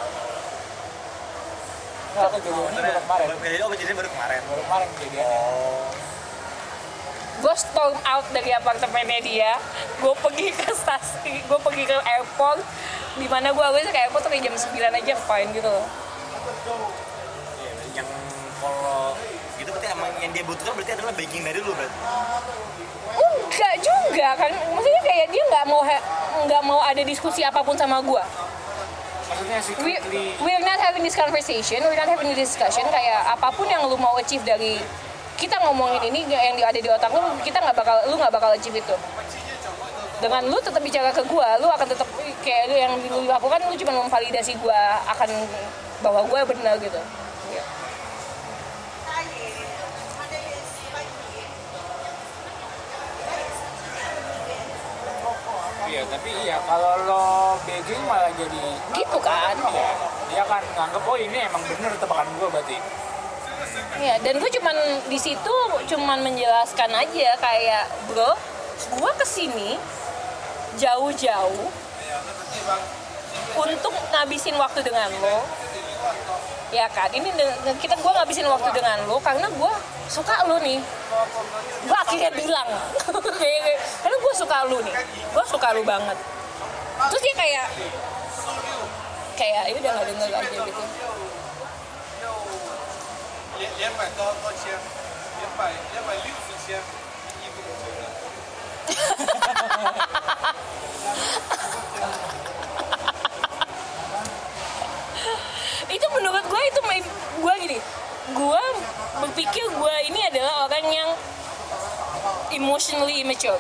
Nggak, aku juga baru kemarin. Jadi baru kemarin? Baru kemarin kejadiannya. Oh. Gue storm out dari apartemennya dia, gue pergi ke airport, dimana gue harusnya ke airport tuh kayak jam 9 aja fine gitu loh. Yang kalau gitu berarti emang yang dia butuhkan berarti adalah begging dari lu berarti. Enggak juga kan, maksudnya kayak dia nggak mau ada diskusi apapun sama gue. Maksudnya We're not having this conversation, we're not having this discussion. Kayak apapun yang lu mau achieve dari kita ngomongin ini yang ada di otak lu, lu nggak bakal achieve itu. Dengan lu tetap bicara ke gue, lu akan tetap kayak yang lu lakukan, lu cuma memvalidasi gue akan bahwa gue benar gitu. Iya, tapi kalau lo begging malah jadi gitu kan. Iya, dia kan nganggep oh ini emang bener tebakan gue berarti. Iya, dan gue di situ cuman menjelaskan aja kayak bro, gue kesini jauh-jauh untuk ngabisin waktu dengan lo. Ya kan, ini gue ngabisin waktu dengan lo karena gue suka lo nih. Gue akhirnya bilang karena gue suka lo nih, gue suka lo banget. Terus dia kayak ya udah nggak denger aja gitu. Itu menurut gue gue berpikir gue ini adalah orang yang emotionally immature.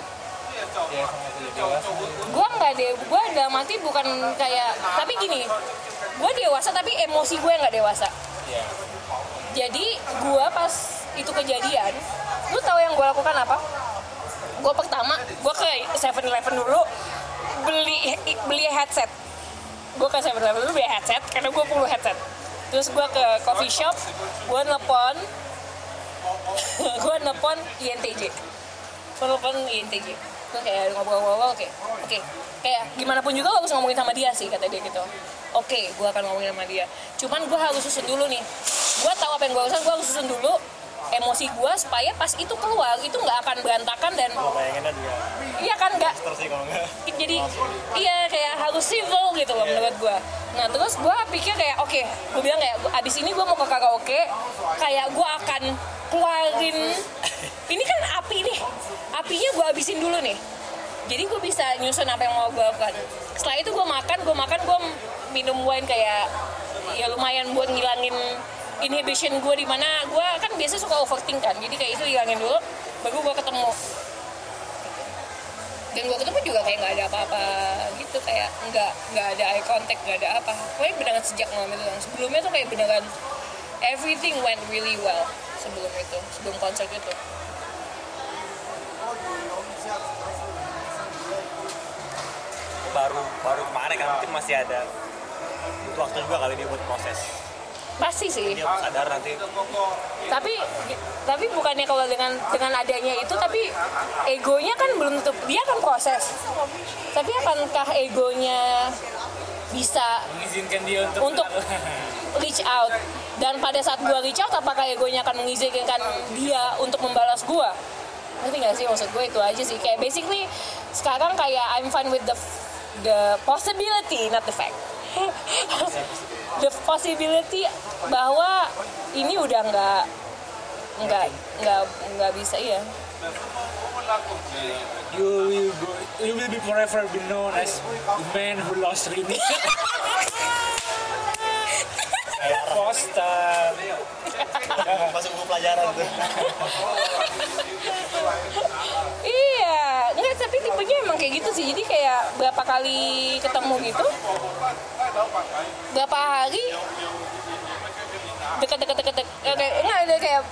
Gue dalam arti bukan kayak, tapi gini, gue dewasa tapi emosi gue nggak dewasa. Jadi gue pas itu kejadian, lu tahu yang gue lakukan apa? Gue pertama gue ke 7-Eleven dulu beli headset. Gue ke 7-Eleven dulu beli headset karena gue perlu headset. Terus gue ke coffee shop, gue nelpon INTJ. Gue kayak ngobrol-ngobrol, oke. Kayak gimana pun juga lo harus ngomongin sama dia sih, kata dia gitu. Oke, gue akan ngomongin sama dia. Cuman gue harus susun dulu nih. Gue tahu apa yang gue urusan, gue harus susun dulu emosi gue supaya pas itu keluar itu nggak akan berantakan dan iya kan nggak jadi iya kayak harus civil gitu loh menurut gue. Nah terus gue pikir kayak oke, gue bilang kayak abis ini gue mau ke karaoke, kayak gue akan keluarin ini kan apinya gue habisin dulu nih, jadi gue bisa nyusun apa yang mau gue lakukan. Setelah itu gue minum wine kayak ya lumayan buat ngilangin inhibition gue, di mana gue kan biasa suka overthink kan, jadi kayak itu hilangin dulu baru gue ketemu. Dan gue ketemu juga kayak nggak ada apa-apa gitu, kayak nggak ada eye contact, nggak ada apa. Pokoknya beneran sejak malam itu, sebelumnya tuh kayak beneran everything went really well sebelum konser itu. Baru kemarin kan mungkin masih ada butuh waktu juga kali dia buat proses. Pasti sih. Dia sadar nanti. Tapi bukannya kalau dengan adanya itu, tapi egonya kan belum tentu, dia kan proses. Tapi akankah egonya bisa mengizinkan dia untuk reach out? Dan pada saat gua reach out, apakah egonya akan mengizinkan dia untuk membalas gua? Ngerti nggak sih maksud gue? Itu aja sih. Kayak basically sekarang kayak I'm fine with the possibility, not the fact. The possibility bahwa ini udah nggak bisa ya. You will be forever be known as the man who lost Rini. Poster. Masuk buku pelajaran tuh. Iya, enggak, tapi tipenya emang kayak gitu sih. Jadi kayak berapa kali ketemu gitu, berapa hari deket enggak ada kayak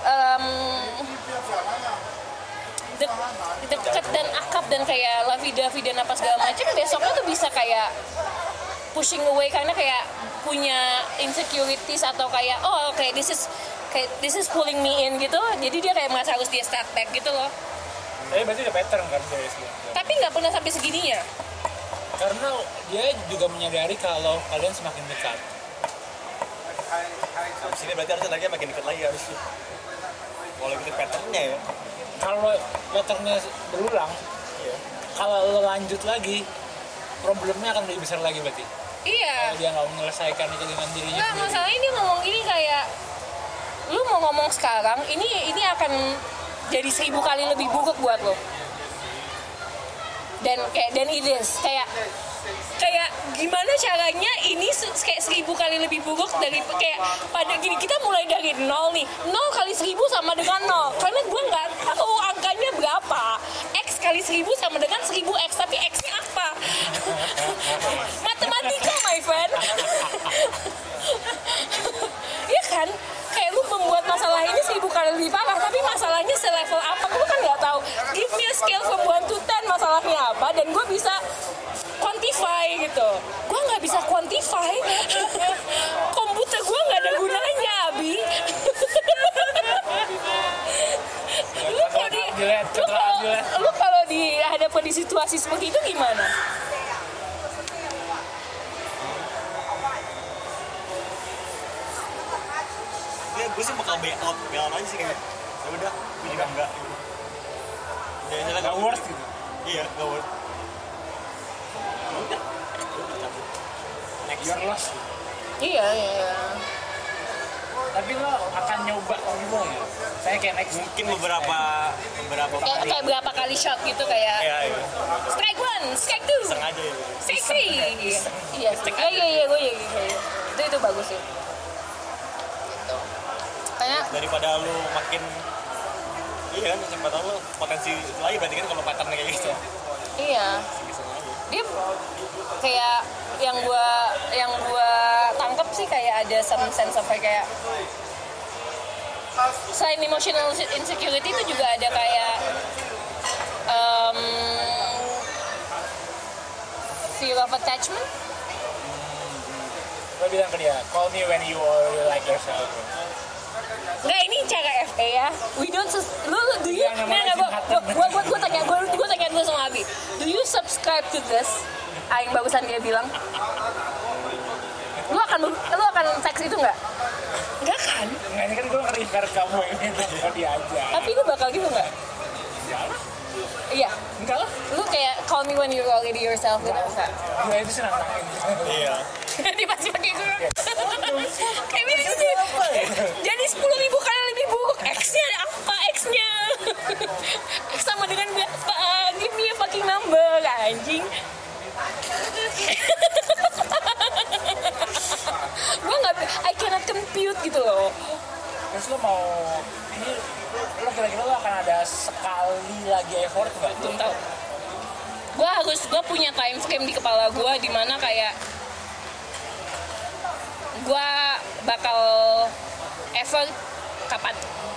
deket dan akrab dan kayak lavi-davi dan apa segala macam. Besoknya tuh bisa kayak pushing away karena kayak punya insecurities atau kayak this is pulling me in gitu. Jadi dia kayak merasa harus dia start back gitu loh. Tapi berarti ada pattern kan dari sebelumnya. Tapi nggak pernah sampai segininya. Karena dia juga menyadari kalau kalian semakin dekat. Di sini berarti harusnya lagi makin dekat lagi harusnya. Kalau gitu patternnya ya. Kalau patternnya berulang, kalau lo lanjut lagi, problemnya akan lebih besar lagi berarti. Iya. Dia nggak menyelesaikan itu dengan dirinya nggak, sendiri. masalahnya dia ngomong gini kayak, lu mau ngomong sekarang, ini akan jadi 1000 kali lebih buruk buat lo. Dan it is kayak gimana caranya ini kayak 1000 kali lebih buruk dari kayak pada gini, kita mulai dari 0 nih, 0 kali 1000 sama dengan 0 karena gue nggak tahu angkanya berapa. X kali 1000 sama dengan 1000x, tapi x nya apa? Matematika my friend. Iya kan, kayak lu membuat masalah ini 1000 kali lebih parah, tapi masalahnya selevel apa gue kan nggak tahu. Give me a scale from 1 to 10 masalahnya apa, dan gue bisa quantify gitu. Gue nggak bisa quantify. Komputer gue nggak ada gunanya, Abi. Lu kalau dihadapkan di situasi seperti itu gimana? Ya gue sih bakal bail out aja sih kayak. Ya udah, gue juga enggak. Jalan-jalan Nggak worth gitu. Iya, nggak worth. Udah. Next. You're lost. Iya. Tapi lo akan nyoba gimana ya? Saya kayak next. Mungkin beberapa kali. Kayak berapa kali shot gitu kayak. Iya. Strike 1, strike 2. Sengaja ya. Strike 3. Iya, gue itu bagus sih. Gitu. Kayak Daripada lu makin iya kan, siapa tahu potensi itu lagi berarti kan kalau patternnya kayak gitu. iya. Dia kayak yang gua tangkep sih kayak ada some sense of kayak selain emotional insecurity itu juga ada kayak fear of attachment. Lo bilang ke dia, call me when you already like yourself. Nggak, ini cara FA ya. We don't do you? Gue tanya dulu sama Abi. Do you subscribe to this? Yang bagusan dia bilang. Lu akan seks itu nggak? Nggak kan? Nggak, ini kan gue nge-refer kamu ini sama dia aja. Tapi lu bakal gitu nggak? Iya. Enggak lah. Lu kayak call me when you're already yourself gitu. Gue itu sih nantangin. Iya. Dia pasti pakai gue. Kayak ini gitu. Jadi 10.000 kali lebih buruk. X-nya apa? X-nya X sama dengan berapa? Give me a fucking number, anjing. Gue nggak, I cannot compute gitu loh. Terus lo mau ini, lo kira-kira lo akan ada sekali lagi effort nggak? Belum tahu. Gue punya time frame di kepala gue di mana kayak gue bakal effort kapan?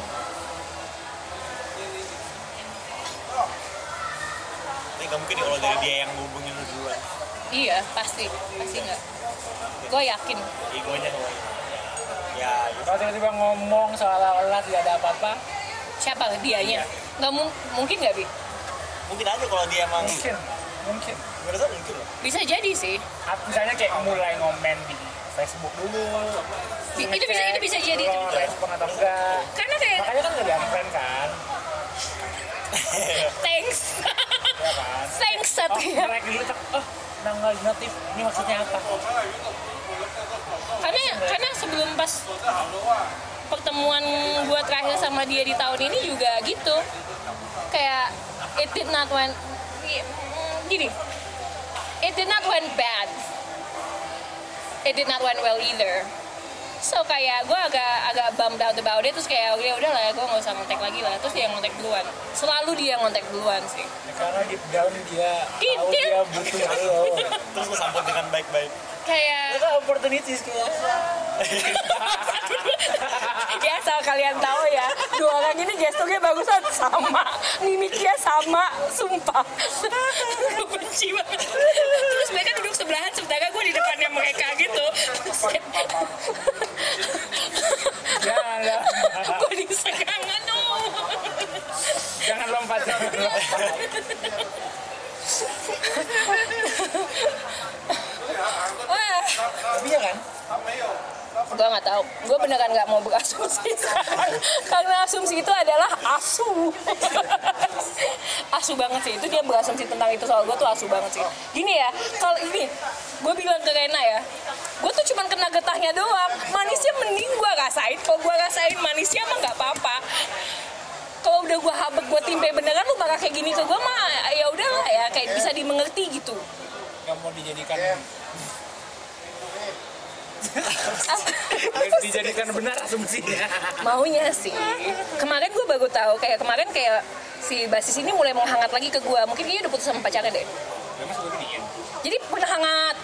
Ini nggak mungkin kalau dari dia yang ngubungin lu duluan. Iya, pasti nggak. Gue yakin. Egonya ya gitu. Kalau tiba-tiba ngomong seolah-olah tidak ada apa-apa, Siapa dianya? Nggak mungkin nggak, Bi? Mungkin aja kalau dia emang mungkin. gue rasa mungkin lah. Bisa jadi sih. Misalnya kayak mulai ngomen di Facebook dulu. Itu bisa jadi. Lo respon atau enggak? Karena kayak Makanya kan nggak di-unfriend kan? thanks. Ya kan? Thanks Satria. Mereka dulu nanggal notif. Ini maksudnya apa? Karena sebelum pas pertemuan gue terakhir sama dia di tahun ini juga gitu. Kayak it did not went bad. It did not went well either. So kayak gue agak bummed out about it. Terus kayak udah lah, gue nggak usah ngontek lagi lah. Terus dia ngontek duluan. Selalu dia ngontek duluan sih. Karena deep down dia tahu dia butuh lo. Terus lu sambut dengan baik-baik. Kayak Itu opportunities kayak. ya asal kalian tahu ya, dua orang ini gesturnya bagusan sama, mimiknya sama, sumpah. Gue benci banget. Terus mereka duduk sebelahan sementara gue di depannya mereka gitu. Jangan. Gue disegangan dong. Jangan lompat. Tapi ya kan? Gue nggak tahu. Gue beneran nggak mau berasumsi sekarang. Karena asumsi itu adalah asu. Asu banget sih, itu dia berasumsi tentang itu soal gue tuh asu banget sih. Gini ya, kalau ini gue bilang ke Rena ya, gue tuh cuman kena getahnya doang, manisnya mending gue rasain. Kalau gue rasain manisnya mah nggak apa-apa. Kalau udah gue habek, gue timpe beneran, lu bakal kayak gini ke gue mah ya udahlah ya, kayak bisa dimengerti gitu. Gak mau dijadikan dijadikan benar asumsinya. Maunya sih. Kemarin gue baru tahu, kemarin si basis ini mulai menghangat lagi ke gue. Mungkin dia udah putus sama pacarnya deh. Jadi pernah hangat.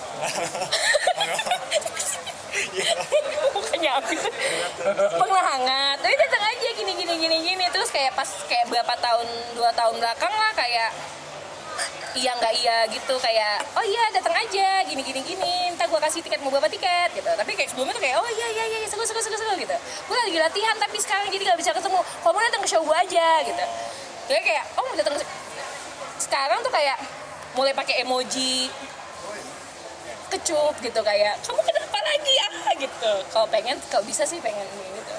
Bukannya aku pernah hangat. Tapi datang aja gini. Terus kayak pas berapa tahun, 2 tahun belakang lah kayak iya nggak iya gitu, kayak oh iya datang aja gini ntar gue kasih tiket, mau berapa tiket gitu. Tapi kayak sebelumnya tuh kayak oh iya seru gitu. Gue lagi latihan tapi sekarang jadi nggak bisa ketemu, kalau mau datang ke show gue aja gitu. Jadi kayak oh mau datang sekarang tuh kayak mulai pakai emoji kecup gitu, kayak kamu kenapa lagi ya gitu. Kalau bisa sih pengen gitu.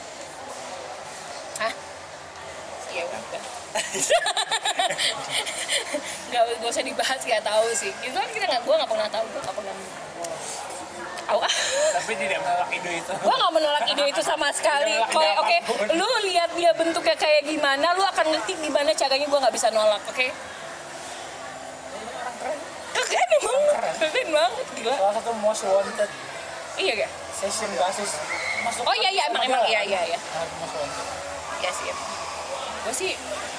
Hah? Ya udah. Gak usah dibahas, gak tahu sih. Itu kan gue nggak pernah tahu, gue nggak pernah. Tapi tidak menolak ide itu. Gue nggak menolak ide itu sama sekali. Kalau oke, lu lihat dia bentuknya kayak gimana, lu akan ngerti gimana caranya. Gue nggak bisa nolak, oke? Keren emang, keren banget, gila. Salah satu most wanted. Iya gak? Session basis. Oh iya emang iya. Most wanted. Iya sih. Gue sih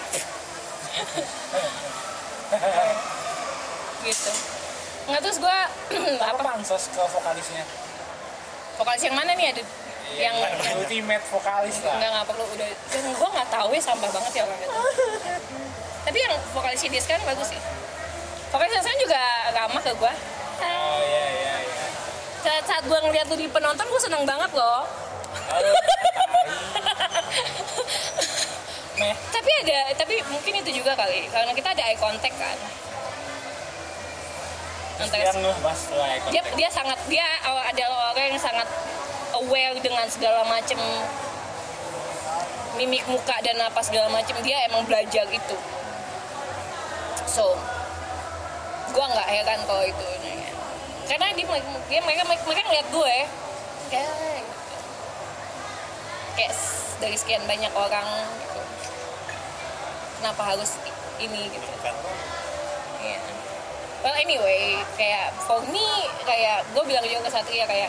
gitu. Nggak, terus gue apa pansos ke vokalisnya? Vokalis yang mana nih? Ada yang ultimate vokalis lah. Nggak perlu, udah. Dan gue nggak tahu ya, sampah banget ya orang itu. Tapi yang vokalisnya dia sekarang bagus sih. Vokalisnya sekarang juga ramah ke gue. Oh iya. Saat gue ngeliat lu di penonton, gue seneng banget loh. Tapi mungkin itu juga kali, karena kita ada eye contact kan. Dia adalah orang yang sangat aware dengan segala macam mimik muka dan apa segala macam. Dia emang belajar itu. So, gue nggak heran kalau itu. Karena mereka ngeliat gue kayak dari sekian banyak orang gitu. Kenapa harus ini gitu? Yeah. Well anyway, kayak for me, kayak gue bilang juga ke Satria kayak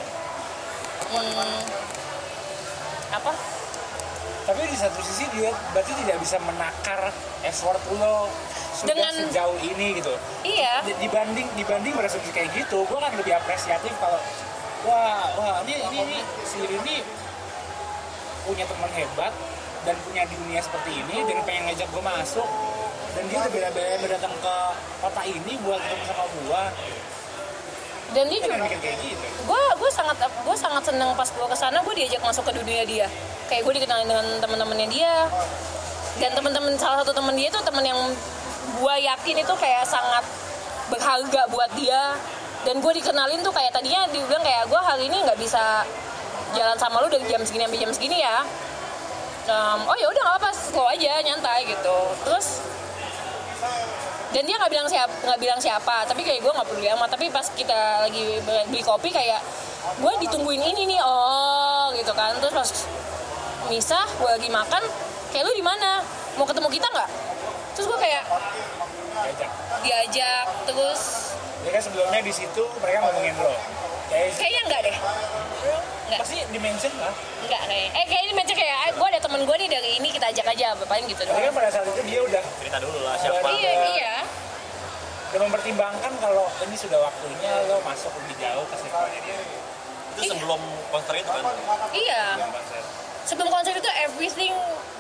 apa? Tapi di satu sisi dia berarti tidak bisa menakar effort lo sudah dengan sejauh ini gitu. Iya. Dibanding berasumsi kayak gitu, gue kan lebih apresiatif kalau wah ini si Rini punya teman hebat dan punya dunia seperti ini dan pengen ngajak gue masuk, dan dia udah bela-belain datang ke kota ini buat ketemu sama gue. Dan dia juga kayak gitu. Gue sangat seneng pas gue kesana, gue diajak masuk ke dunia dia. Kayak gue dikenalin dengan teman-temannya dia, dan salah satu teman dia itu teman yang gue yakin itu kayak sangat berharga buat dia. Dan gue dikenalin tuh kayak tadinya dia bilang kayak gue hari ini nggak bisa jalan sama lu dari jam segini sampai jam segini ya. Oh ya udah nggak apa-apa, slow aja, nyantai gitu. Terus dan dia nggak bilang siapa, tapi kayak gue nggak peduli amat. Tapi pas kita lagi beli kopi kayak gue ditungguin ini nih, oh gitu kan. Terus pas misah gue lagi makan, kayak lu di mana, mau ketemu kita nggak? Terus gue kayak diajak terus. Ya kan sebelumnya di situ mereka ngomongin lo. Kayaknya enggak deh. Enggak. Pasti di-mention lah. Enggak kayaknya. Kayaknya di-mention kayak gue ada temen gue nih dari ini, kita ajak aja paling gitu. Tapi kan pada saat itu dia udah cerita dulu lah siapa. Iya. Udah mempertimbangkan kalau ini sudah waktunya lo masuk lebih jauh ke circle-nya dia. Itu sebelum konser itu kan? Iya. Sebelum konser itu everything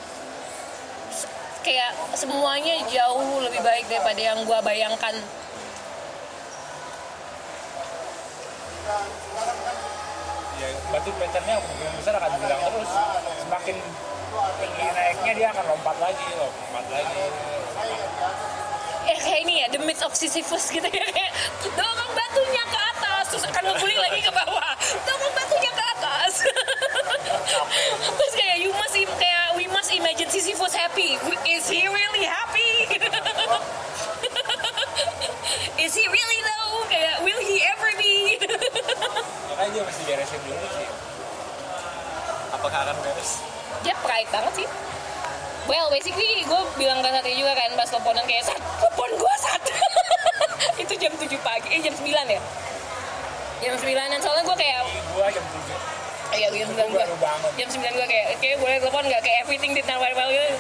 kayak semuanya jauh lebih baik daripada yang gue bayangkan. Ya, berarti pattern-nya kemungkinan besar akan bilang terus. Semakin tinggi naiknya dia akan lompat lagi. Kayak ini ya, the myth of Sisyphus gitu ya, kayak dorong batunya ke atas terus akan ngeguling lagi ke bawah, dorong batunya ke atas. Terus kayak we must imagine Sisyphus happy. Is he really dia pride banget sih. Well, basically gue bilang ke Satria juga kan pas teleponan kayak, Sat, telepon gue Sat. Itu jam 7 pagi, jam 9 ya? Jam 9an, soalnya gue kayak... Gue jam 7. Iya, jam 9 gue. Jam 9 gue kayak boleh telepon gak? Kayak everything di tanpa gitu.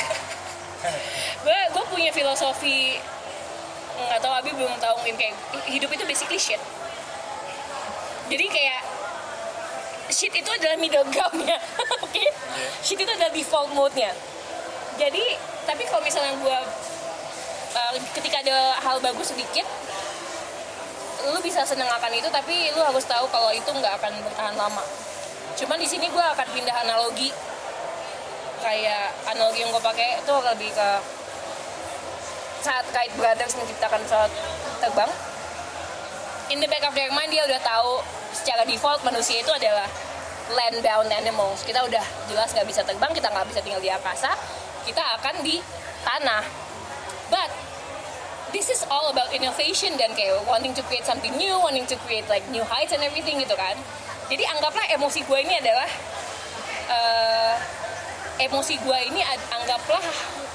Gue punya filosofi, gak tau Abi belum tau mungkin, kayak hidup itu basically shit. Jadi kayak shit itu adalah middle ground-nya. Oke? Okay? Shit itu adalah default mode-nya. Jadi, tapi kalau misalnya gue ketika ada hal bagus sedikit, lu bisa seneng akan itu, tapi lu harus tahu kalau itu nggak akan bertahan lama. Cuman di sini gue akan pindah analogi, kayak analogi yang gue pakai itu lebih ke saat Kite Brothers menciptakan pesawat terbang. In the back of their mind dia udah tahu secara default manusia itu adalah land-bound animals. Kita udah jelas nggak bisa terbang, kita nggak bisa tinggal di angkasa, kita akan di tanah. But this is all about innovation dan kayak wanting to create something new, wanting to create like new heights and everything gitu kan. Jadi anggaplah emosi gue ini adalah anggaplah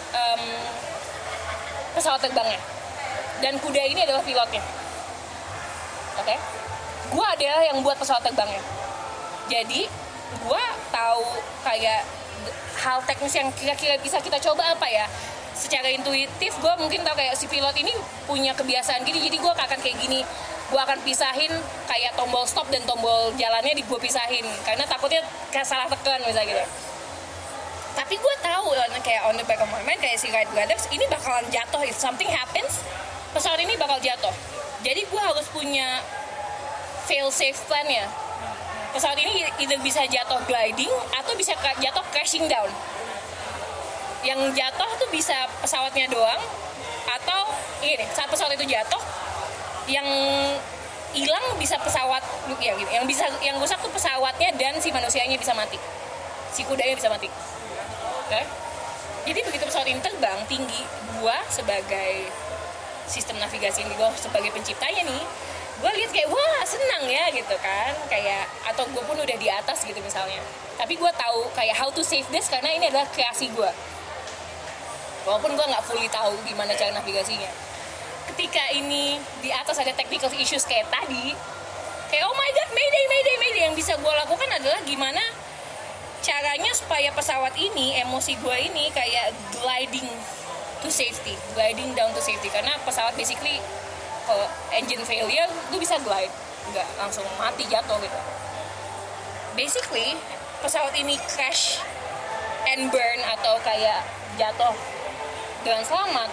pesawat terbangnya dan kuda ini adalah pilotnya. Oke? Gue adalah yang buat pesawat terbangnya. Jadi gue tahu kayak hal teknis yang kira-kira bisa kita coba apa ya. Secara intuitif gue mungkin tahu kayak si pilot ini punya kebiasaan gini, jadi gue akan kayak gini, gue akan pisahin kayak tombol stop dan tombol jalannya gue pisahin karena takutnya kayak salah tekan misalnya gitu. Tapi gue tahu kayak on the back of my mind kayak si Kite Brothers ini bakalan jatuh, if something happens pesawat ini bakal jatuh. Jadi gue harus punya fail safe plan ya. Pesawat ini either bisa jatuh gliding atau bisa jatuh crashing down. Yang jatuh tuh bisa pesawatnya doang, atau ini saat pesawat itu jatuh yang hilang bisa pesawat ya gitu. Yang rusak tuh pesawatnya dan si manusianya bisa mati. Si kudanya bisa mati. Okay? Jadi begitu pesawat ini terbang tinggi, gua sebagai sistem navigasi ini, gua sebagai penciptanya nih, gue lihat kayak wah senang ya gitu kan, kayak atau gue pun udah di atas gitu misalnya, tapi gue tahu kayak how to save this karena ini adalah kreasi gue, walaupun gue nggak fully tahu gimana cara navigasinya. Ketika ini di atas ada technical issues kayak tadi, kayak oh my god mayday, yang bisa gue lakukan adalah gimana caranya supaya pesawat ini, emosi gue ini kayak gliding down to safety, karena pesawat basically kalau engine failure, lu bisa glide, nggak langsung mati jatuh gitu. Basically, pesawat ini crash and burn atau kayak jatuh dengan selamat.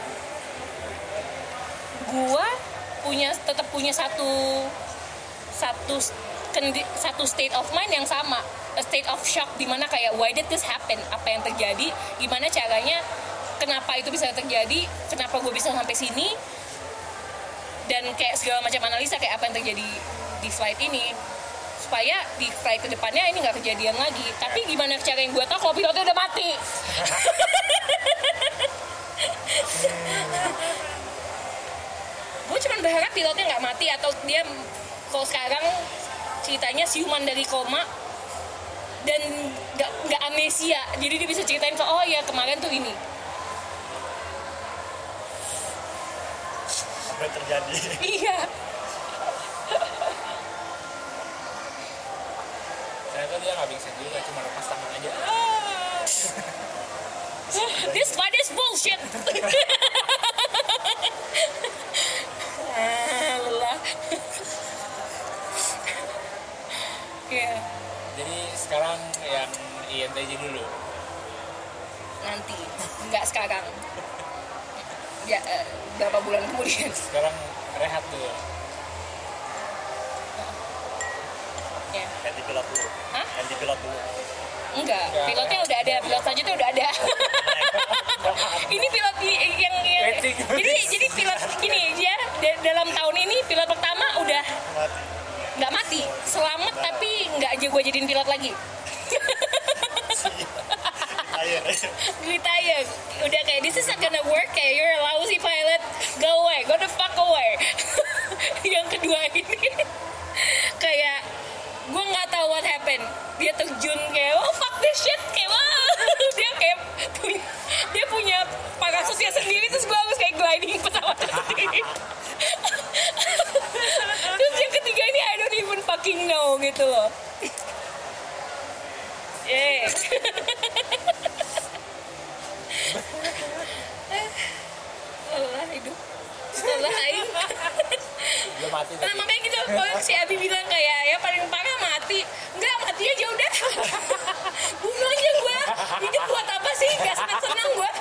Gua tetap punya satu state of mind yang sama, a state of shock, dimana kayak why did this happen? Apa yang terjadi? Gimana caranya? Kenapa itu bisa terjadi? Kenapa gue bisa sampai sini? Dan kayak segala macam analisa kayak apa yang terjadi di flight ini supaya di flight kedepannya ini nggak kejadian lagi. Tapi gimana cara yang gue tahu kalau pilotnya udah mati? Gue cuma berharap pilotnya nggak mati atau dia kalau sekarang ceritanya siuman dari koma dan nggak amnesia, jadi dia bisa ceritain ke oh ya kemarin tuh ini. Terjadi. Iya. Ternyata dia nggak bisa juga, cuma lepas tangan aja. This flight is bullshit. Lelah. Iya. Jadi sekarang yang INTJ dulu. Nanti, nggak sekarang. Ya, berapa bulan kemudian. Sekarang rehat dulu. Ya. Ganti pilot dulu. Hah? Ganti pilot dulu. Enggak, pilotnya udah ada, pilot selanjutnya udah ada. Ini pilot yang jadi pilot gini ya, dalam tahun ini pilot pertama udah nggak mati, selamat tapi nggak aja gue jadiin pilot lagi. Retire, udah kayak this is not gonna work, kayak you're a lousy pilot, go away, go the fuck away. Yang kedua ini kayak gue nggak tahu what happened, dia terjun kayak oh fuck this shit, kayak fucking know gitu loh. Allah hidup. Allah aing. Belum mati nah makanya gitu kalau si Abi bilang kayak ya paling parah mati, enggak mati aja udah. Bunuh aja gue, hidup buat apa sih, gak seneng gue.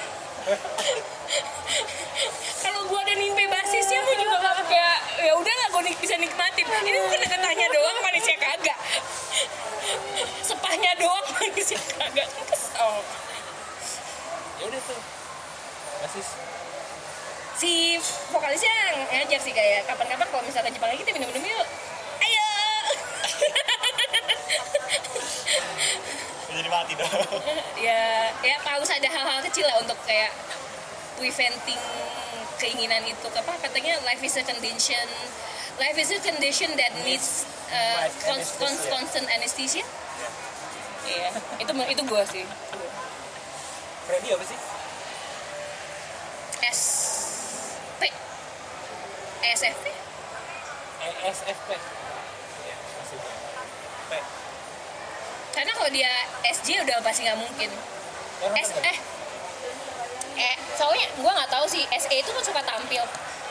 Kalau gue ada mimpi basisnya gue juga gak kayak ya udahlah gue bisa nikmatin. Ini bukan tanya doang manusia kagak, sepahnya doang manusia kagak, kesel. Ya udah tuh basis si vokalisnya ngajak sih kayak kapan-kapan kalau misalkan Jepang lagi kita minum-minum yuk, ayo. Jadi mati dong. ya harus ada hal-hal kecil lah untuk kayak preventing keinginan itu. Apa katanya life is a condition that needs constant anesthesia. Iya, itu gue sih. Freddy apa sih? ESFP? ESFP. Ya, maksudnya. P. Karena kalau dia SJ udah pasti nggak mungkin. Soalnya gue nggak tahu sih, SE itu kan suka tampil.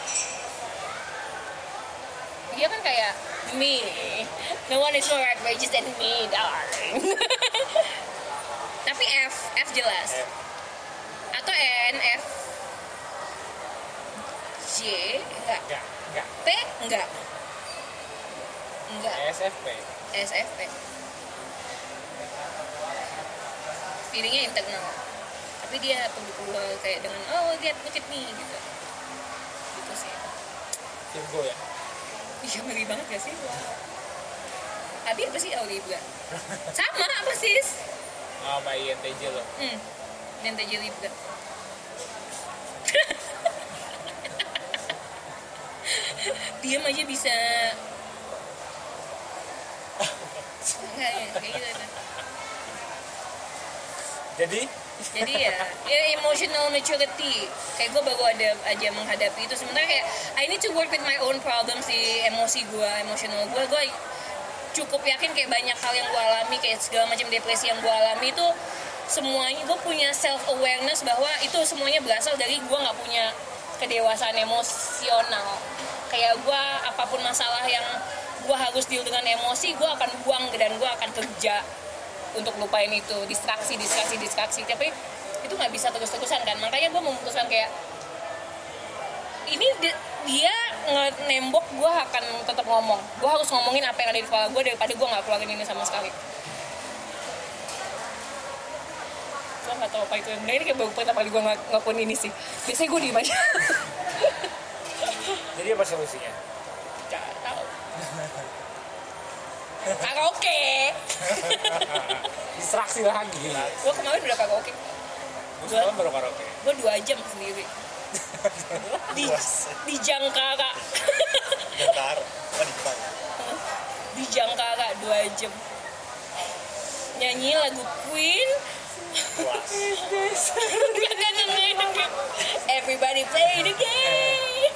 Dia kan kayak me, no one is more outrageous than me, darling. Tapi F jelas. Atau NF. J enggak. P enggak. SFP. Feelingnya internal. Tapi dia keluar kayak dengan lihat look at me gitu. Gitu sih. Virgo ya. Iya ngeri banget gak sih? Abi apa sih Libra? Sama apa sis? Sama INTJ loh. INTJ Libra. Diam aja bisa. Enggak ya, kayak gitu. Jadi ya emotional maturity. Kayak gue baru aja menghadapi itu. Sementara kayak I need to work with my own problems di emosi gue, emotional gue. Gue cukup yakin kayak banyak hal yang gue alami, kayak segala macam depresi yang gue alami itu semuanya gue punya self awareness bahwa itu semuanya berasal dari gue nggak punya kedewasaan emosional. Kayak gue apapun masalah yang gue harus deal dengan emosi, gue akan buang dan gue akan kerja untuk lupain itu, distraksi. Tapi itu nggak bisa terus-terusan kan. Makanya gue memutuskan kayak ini dia nembok, gue akan tetap ngomong. Gue harus ngomongin apa yang ada di kepala gue daripada gue nggak keluarin ini sama sekali. Gue nggak tahu apa itu. Nah ini kayak baru pertama kali gue ngelakuin ini sih. Biasanya gue diem aja. Jadi apa solusinya? Gak tahu. Karaoke. Distraksi lagi. Gue kemarin udah karaoke. Gue baru karaoke. Gue 2 jam sendiri. di Jangkara. Di Jangkara 2 jam. Nyanyi lagu Queen. Everybody play the game.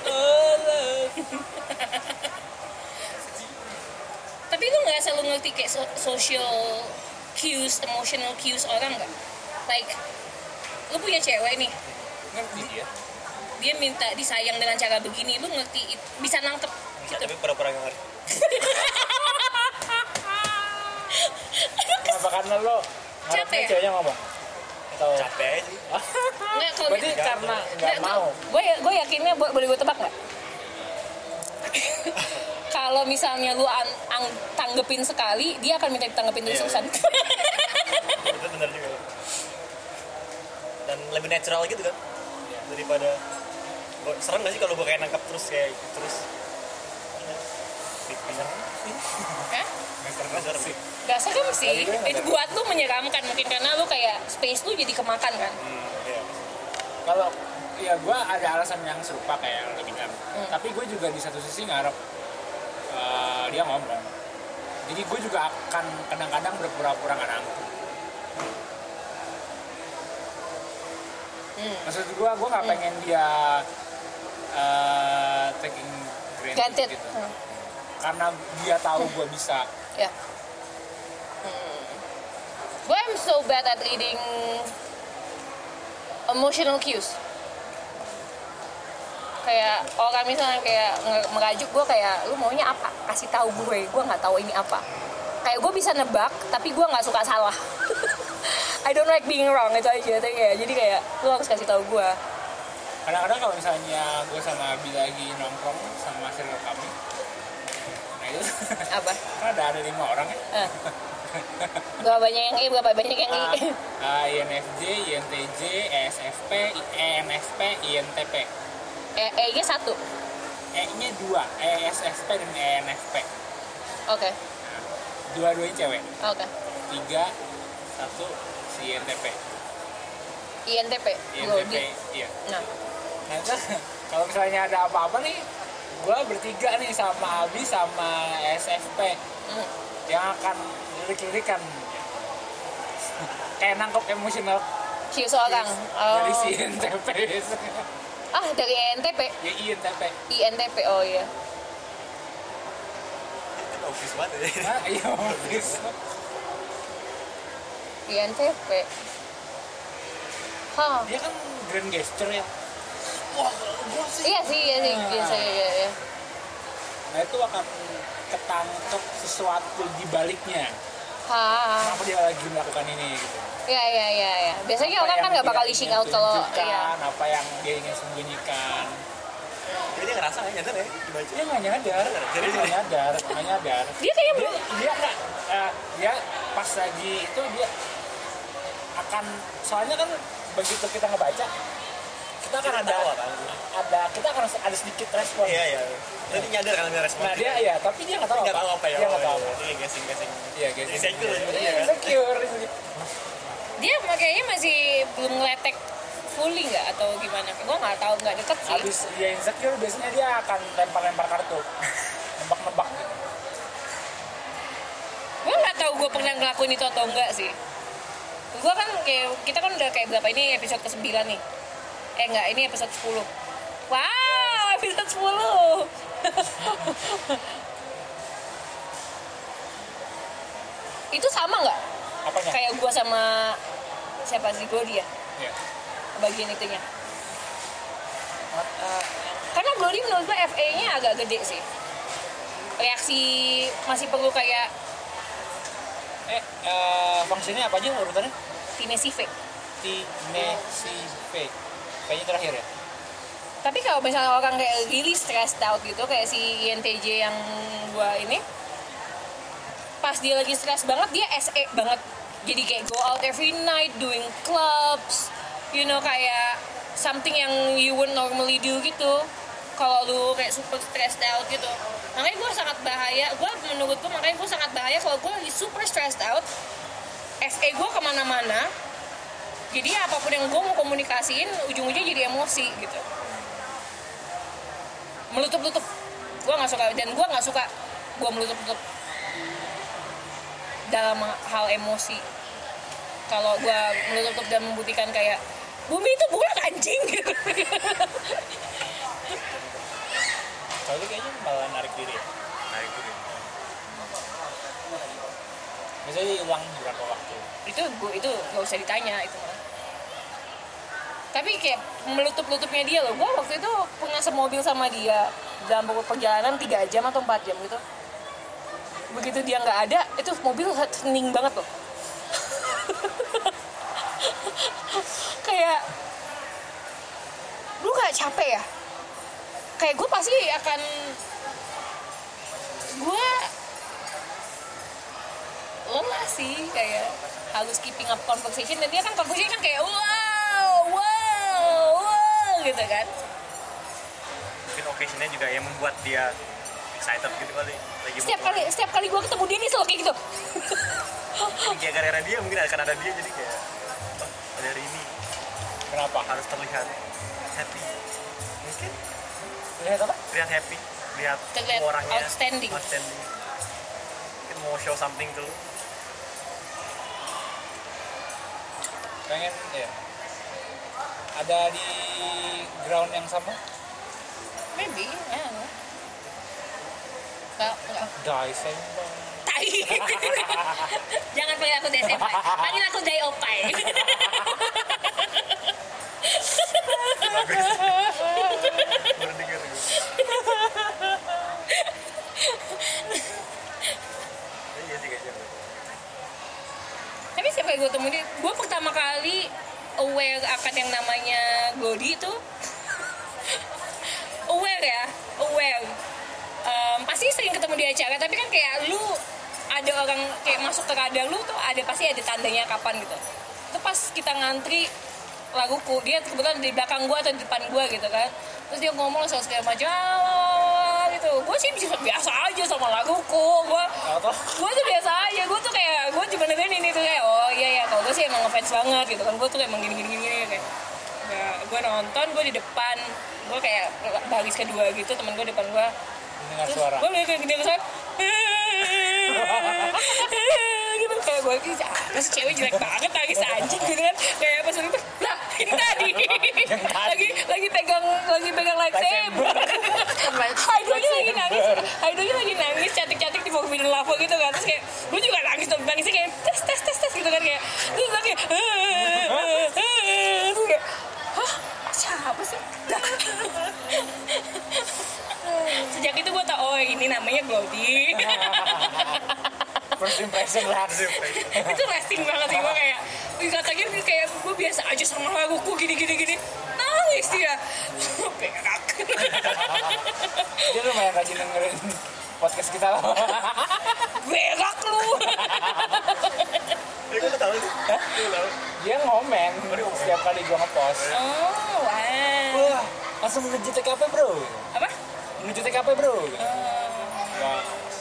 Tapi lu nggak selalu ngerti kayak social cues, emotional cues orang nggak? Like, lu punya cewek nih. Ngerti dia. Dia minta disayang dengan cara begini, lu ngerti, bisa nangkep. Bisa, tapi pura-pura nggak ngerti. Kenapa? Karena lo capek ya? Ceweknya ngomong? Atau capek aja sih. Nggak, kalau berarti karena nggak mau. Gue yakinnya boleh gue tebak nggak? Kalau misalnya lu tanggepin sekali, dia akan minta ditanggepin terus-terusan. Itu benar juga. Dan lebih natural gitu kan, daripada serem nggak sih kalau gue kayak nangkap terus kayak terus. Serem sih. Gak serem sih. Itu buat lu menyeramkan mungkin karena lu kayak space lu jadi kemakan kan. Iya. Kalau ya gue ada alasan yang serupa kayak yang lo bilang. Tapi gue juga di satu sisi ngarep dia ngomong. Jadi gue juga akan kadang-kadang berpura-pura nggak nangkep. Maksud gue nggak pengen dia taking granted gitu. karena dia tahu gue bisa. Ya. Gue I'm so bad at reading emotional cues. Kayak orang misalnya kayak merajuk gue kayak lu maunya apa? Kasih tahu gue nggak tahu ini apa. Kayak gue bisa nebak, tapi gue nggak suka salah. I don't like being wrong, itu aja. Jadi kayak lu harus kasih tahu gue. Kadang-kadang kalau misalnya gue sama Abi lagi nongkrong sama circle kami, nah itu apa? Kan ada 5 orang ya. Berapa banyak yang I, berapa banyak yang I? INFJ, INTJ, ESFP, ENFP, INTP. E-nya 1? E-nya 2, ESFP dan ENFP. Oke. Dua-duanya cewek. Oke. 3, 1 si INTP. INTP? INTP, iya. Nah kalau misalnya ada apa-apa nih, gue bertiga nih sama Abi sama SFP yang akan lirik-lirikan kayak nangkep emosional cues orang. Dari si INTP. Dari INTP? Ya INTP. INTP, oh iya. Office banget ya. Iya office. INTP. Dia kan grand gesture ya. Wah, gue sih. Iya sih. Iya. Nah itu akan ketangkep sesuatu di baliknya. Kenapa dia lagi melakukan ini gitu. Iya. Biasanya orang kan nggak bakal leashing out kalau apa yang dia ingin sembunyikan. Jadi dia ngerasa nggak nyadar ya dibaca. Dia nggak nyadar. Dia kayak dia nggak dia pas lagi itu dia akan soalnya kan begitu kita ngebaca kita akan kita akan ada sedikit respon. Iya. Jadi nyadar kan ada respon. Nah dia tapi dia nggak tahu apa. Dia nggak tahu. Iya guessing. Iya guessing. Insecure. Dia kayaknya masih belum ngeletek fully nggak atau gimana? Gue nggak tahu, nggak deket sih. Habis dia insecure biasanya dia akan lempar kartu, nebak gitu. Gue nggak tahu gue pernah ngelakuin itu atau enggak sih. Gue kan kayak kita kan udah kayak berapa ini episode ke-9 nih. Enggak, ini episode 10. Wow, episode 10. Itu sama nggak? Apanya? Kayak gue sama siapa sih Glody ya? Iya. Bagian itunya. Karena Glody menurut gue FA-nya agak gede sih. Reaksi masih perlu kayak fungsinya apa aja urutannya? Tinesive. Kayaknya terakhir ya. Tapi kalau misalnya orang kayak really stressed out gitu, kayak si INTJ yang gua ini, pas dia lagi stress banget, dia SE banget. Jadi kayak go out every night, doing clubs, kayak something yang you wouldn't normally do gitu. Kalau lu kayak super stressed out gitu. Makanya gue sangat bahaya, menurut gue makanya gue sangat bahaya kalau gue lagi super stressed out, SE gue kemana-mana. Jadi apapun yang gue mau komunikasiin, ujung-ujungnya jadi emosi gitu. Melutup-lutup. Gue gak suka, dan gue gak suka gue melutup-lutup dalam hal emosi. Kalau gue melutup-lutup dan membuktikan kayak bumi itu bulat anjing gitu. Kalau kayaknya malah narik diri ya? Biasanya hilang berapa waktu? Itu gak usah ditanya itu malah. Tapi kayak melutup-lutupnya dia loh. Gue waktu itu pernah semobil sama dia dalam perjalanan 3 jam atau 4 jam gitu. Begitu dia nggak ada, itu mobil hening banget loh. Kayak lu nggak capek ya? Kayak gue pasti akan lelah sih, kayak harus keeping up conversation. Dan dia kan conversation kan kayak wow gitu kan. Mungkin occasionnya juga yang membuat dia excited gitu kali. Setiap kali gue ketemu dia nih selalu kayak gitu. Kayak gara-gara dia mungkin akan ada dia, jadi kayak ada hari ini. Kenapa? Harus terlihat happy. Mungkin lihat apa? Lihat happy, lihat orangnya outstanding. Mungkin mau show something tuh. Pengen ya. Ada di ground yang sama? Maybe, Desember. Tai. Jangan panggil aku Desember. Panggil aku Dai Opai. Baru denger gue. Iya sih kayaknya. Tapi siapa yang gue temuin, gue pertama kali aware akan yang namanya Godi itu aware pasti sering ketemu di acara, tapi kan kayak lu ada orang kayak masuk ke radar lu tuh pasti ada tandanya kapan gitu. Itu pas kita ngantri laguku, dia kebetulan di belakang gue atau di depan gue gitu kan, terus dia ngomong soal segala macam gitu. Gue sih biasa aja sama laguku, gue tuh biasa aja, gue tuh kayak gue cuma dengerin ini tuh kayak oh iya ya, kalau gue sih emang ngefans banget gitu kan, gue tuh emang gini kayak ya, gue nonton, gue di depan, gue kayak baris kedua gitu, temen gue depan gue, dengar suara, gue liat dia suara gitu kayak gue terus cewek jelek banget nangis anjing gitu kan, kayak pas itu lah ini tadi lagi pegang lightsaber, Haidonya lagi nangis cantik di Forbidden Lava gitu kan, terus kayak gue juga nangisnya kayak tes gitu kan, kayak terus lagi terus kayak hah siapa sih? Sejak itu gue tau oh ini namanya Glody. First impression lah. Itu lasting banget sih, gue kayak katanya kayak gue biasa aja sama laguku gini nangis dia perak. Dia lumayan rajin dengerin podcast kita lah. Berak lu. Dia gue tahu sih. Dia ngomen setiap kali gue ngepost. Oh wow. Wah langsung menuju TKP bro. Apa? Menuju TKP bro. Wah.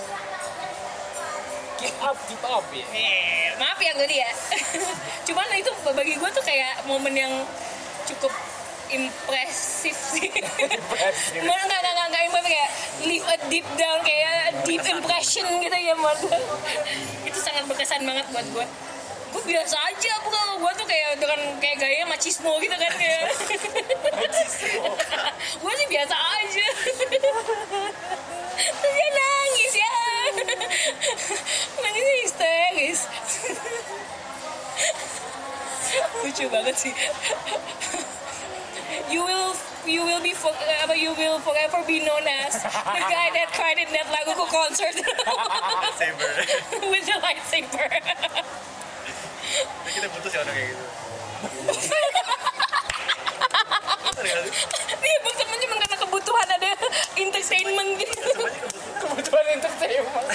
Keep up ya. Maaf ya Glody ya. Cuman itu bagi gue tuh kayak momen yang cukup impresif sih. Enggak impresif, kayak leave a deep down, kayak deep impression gitu ya menurut gue. Itu sangat berkesan banget buat gue. Gue biasa aja gue tuh kayak dengan kayak gaya machismo gitu kan kayak. Gue sih biasa aja. Terus dia nangis ya. Nangisnya histeris. Lucu banget sih. You will forever be known as the guy that cried in that Laguku concert. Saber. With the lightsaber. Kita butuh sih orang kayak gitu. Iya, temen cuma karena kebutuhan ada entertainment gitu. Kebutuhan entertainment.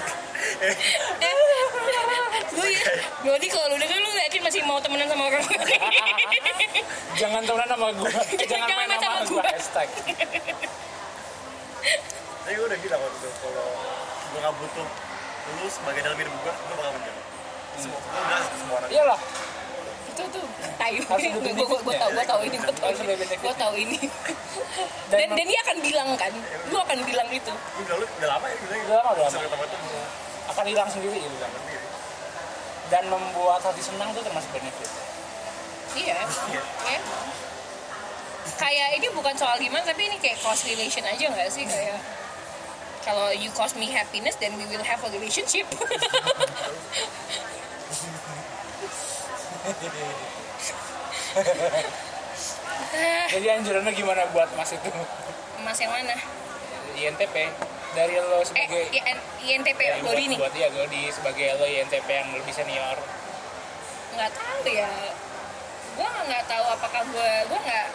Glody kalau lu denger lu yakin masih mau temenan sama orang? Jangan temenan sama gue. Jangan main sama gue. Hashtag. Tapi gue udah bilang waktu itu kalau gue nggak butuh lu sebagai dalam hidup gue bakal menjauh. Semua orang. Iyalah. Itu tayu. Gue tahu ini. Dan dia akan bilang kan, lu akan bilang itu. Udah lama ya bilangnya. Udah lama. Ketemu. Akan hilang sendiri ya bilang. Dan membuat hati senang itu termasuk benefit. Iya. Kayak ini bukan soal gimana, tapi ini kayak cause relation aja nggak sih, kayak kalau you cause me happiness, then we will have a relationship. Jadi anjurannya gimana buat Mas itu? Mas yang mana? INTP. Dari lo sebagai INTP Glody nih. Buat dia Glody sebagai lo INTP yang lebih senior. Nggak tahu ya. Gue nggak tahu apakah gue nggak.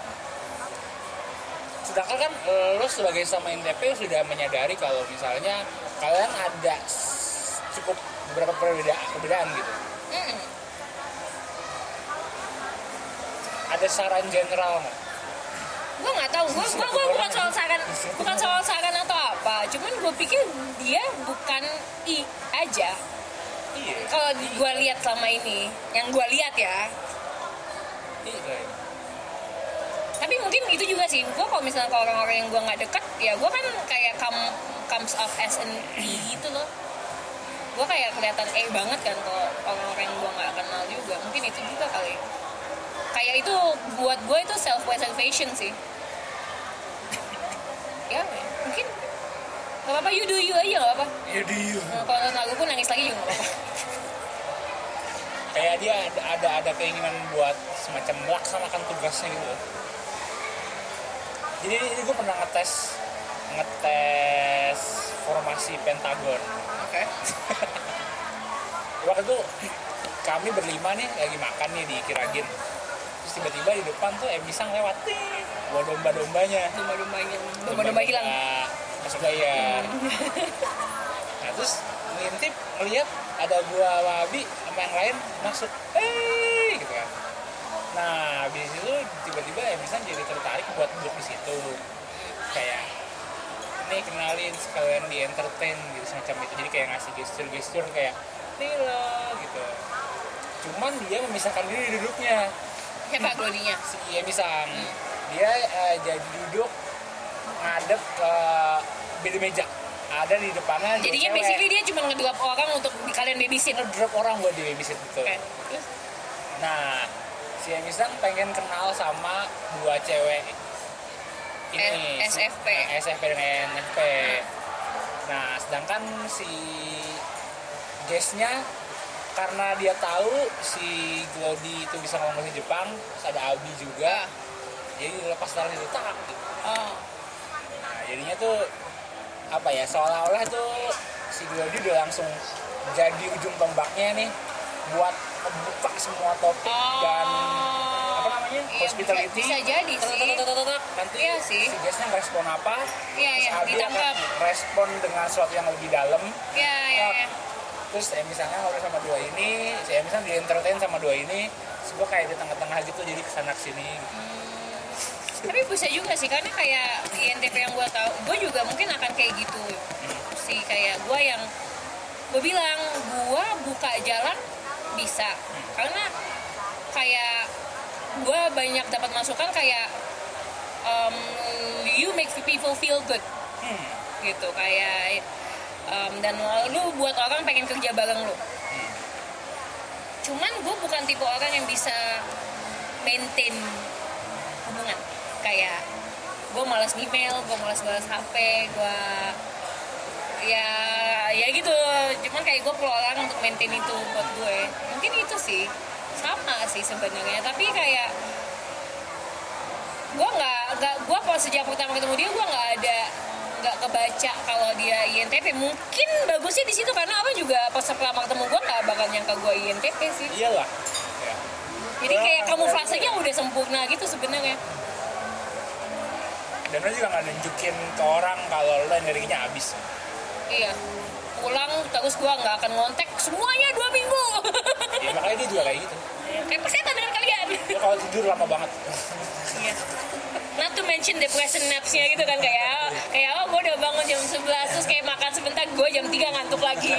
Sedangkan kan lo sebagai sama INTP sudah menyadari kalau misalnya kalian ada cukup beberapa perbedaan gitu. Ada saran general nggak? Gue nggak tahu, gue bukan soal saran atau apa, cuman gue pikir dia bukan aja. Iya. Kalau gue lihat selama ini, yang gue lihat ya. Iya. Tapi mungkin itu juga sih, gue kalau misalnya ke orang-orang yang gue nggak deket, ya gue kan kayak comes off as an gitu loh. Gue kayak kelihatan banget kan kalau orang-orang yang gue nggak kenal juga, mungkin itu juga kali. Kayak itu buat gue itu self preservation sih. Ya mungkin Gak apa-apa, you do you aja gak apa-apa. You do you. Kalau nonton lagu pun nangis lagi juga gak apa-apa. Kayak dia ada keinginan buat semacam melaksanakan tugasnya gitu. Jadi gue pernah ngetes formasi pentagon. Oke. Waktu itu kami berlima nih lagi makan nih di Kiragin. Terus tiba-tiba di depan tuh Emisang lewat, bawa domba-dombanya. Domba hilang. Masuk gaya. Nah terus ngintip ngeliat ada gua sama Abi sama yang lain masuk, gitu kan. Nah habis itu tiba-tiba Emisang jadi tertarik buat duduk di situ. Kayak nih kenalin sekalian di entertain gitu semacam itu, jadi kayak ngasih gestur kayak nih lo gitu. Cuman dia memisahkan diri duduknya. Siapa Glodinya? Si Emisang. Dia jadi duduk ngadep ke beda meja. Ada di depannya. Jadinya basically dia cuma ngedrop orang untuk kalian babysit. Ngedrop orang buat di babysit betul. Okay. Nah si Emisang pengen kenal sama dua cewek ini SFP dengan NFP. Nah sedangkan si guestnya karena dia tahu si Glody itu bisa ngomong bahasa Jepang, terus ada Abi juga, jadi lepas taruh itu tak. Nah jadinya tuh apa ya, seolah-olah tuh si Glody udah langsung jadi ujung tombaknya nih buat membuka semua topik dan apa namanya hospitality. Bisa jadi sih. Nanti iya sih. si guestnya ngerespon apa, terus Abi akan respon dengan sesuatu yang lebih dalam. Iya. Terus misalnya ngobrol sama dua ini, saya misalnya di-entertain sama dua ini, terus gue kayak di tengah-tengah gitu, jadi kesana kesini gitu. Tapi bisa juga sih, karena kayak INTP yang gue tahu, gue juga mungkin akan kayak gitu sih. Kayak gue yang gue bilang, gue buka jalan bisa, karena kayak gue banyak dapat masukan kayak you make people feel good gitu, kayak dan lu buat orang pengen kerja bareng lu. Cuman gue bukan tipe orang yang bisa maintain hubungan. Kayak gue malas email, gue malas balas HP, gue ya gitu. Cuman kayak gue perlu orang untuk maintain itu buat gue. Mungkin itu sih sama sih sebenarnya. Tapi kayak gue sejak pertama ketemu dia gue nggak kebaca kalau dia INTP. Mungkin bagusnya di situ karena apa juga pas pertama ketemu gue nggak bakal nyangka gue INTP sih. Iyalah. Ya. Jadi kayak kamuflasenya udah sempurna gitu sebenarnya. Dan lo juga nggak nunjukin ke orang kalau lo energinya habis. Iya. Pulang terus gue nggak akan ngontek semuanya 2 minggu. Ya makanya dia juga kayak gitu. Kayak persetan dengan kalian. Lo kalau tidur lama banget. Iya. Not to mention depression naps-nya gitu kan, kayak gue udah bangun jam 11 terus kayak makan sebentar gue jam 3 ngantuk lagi.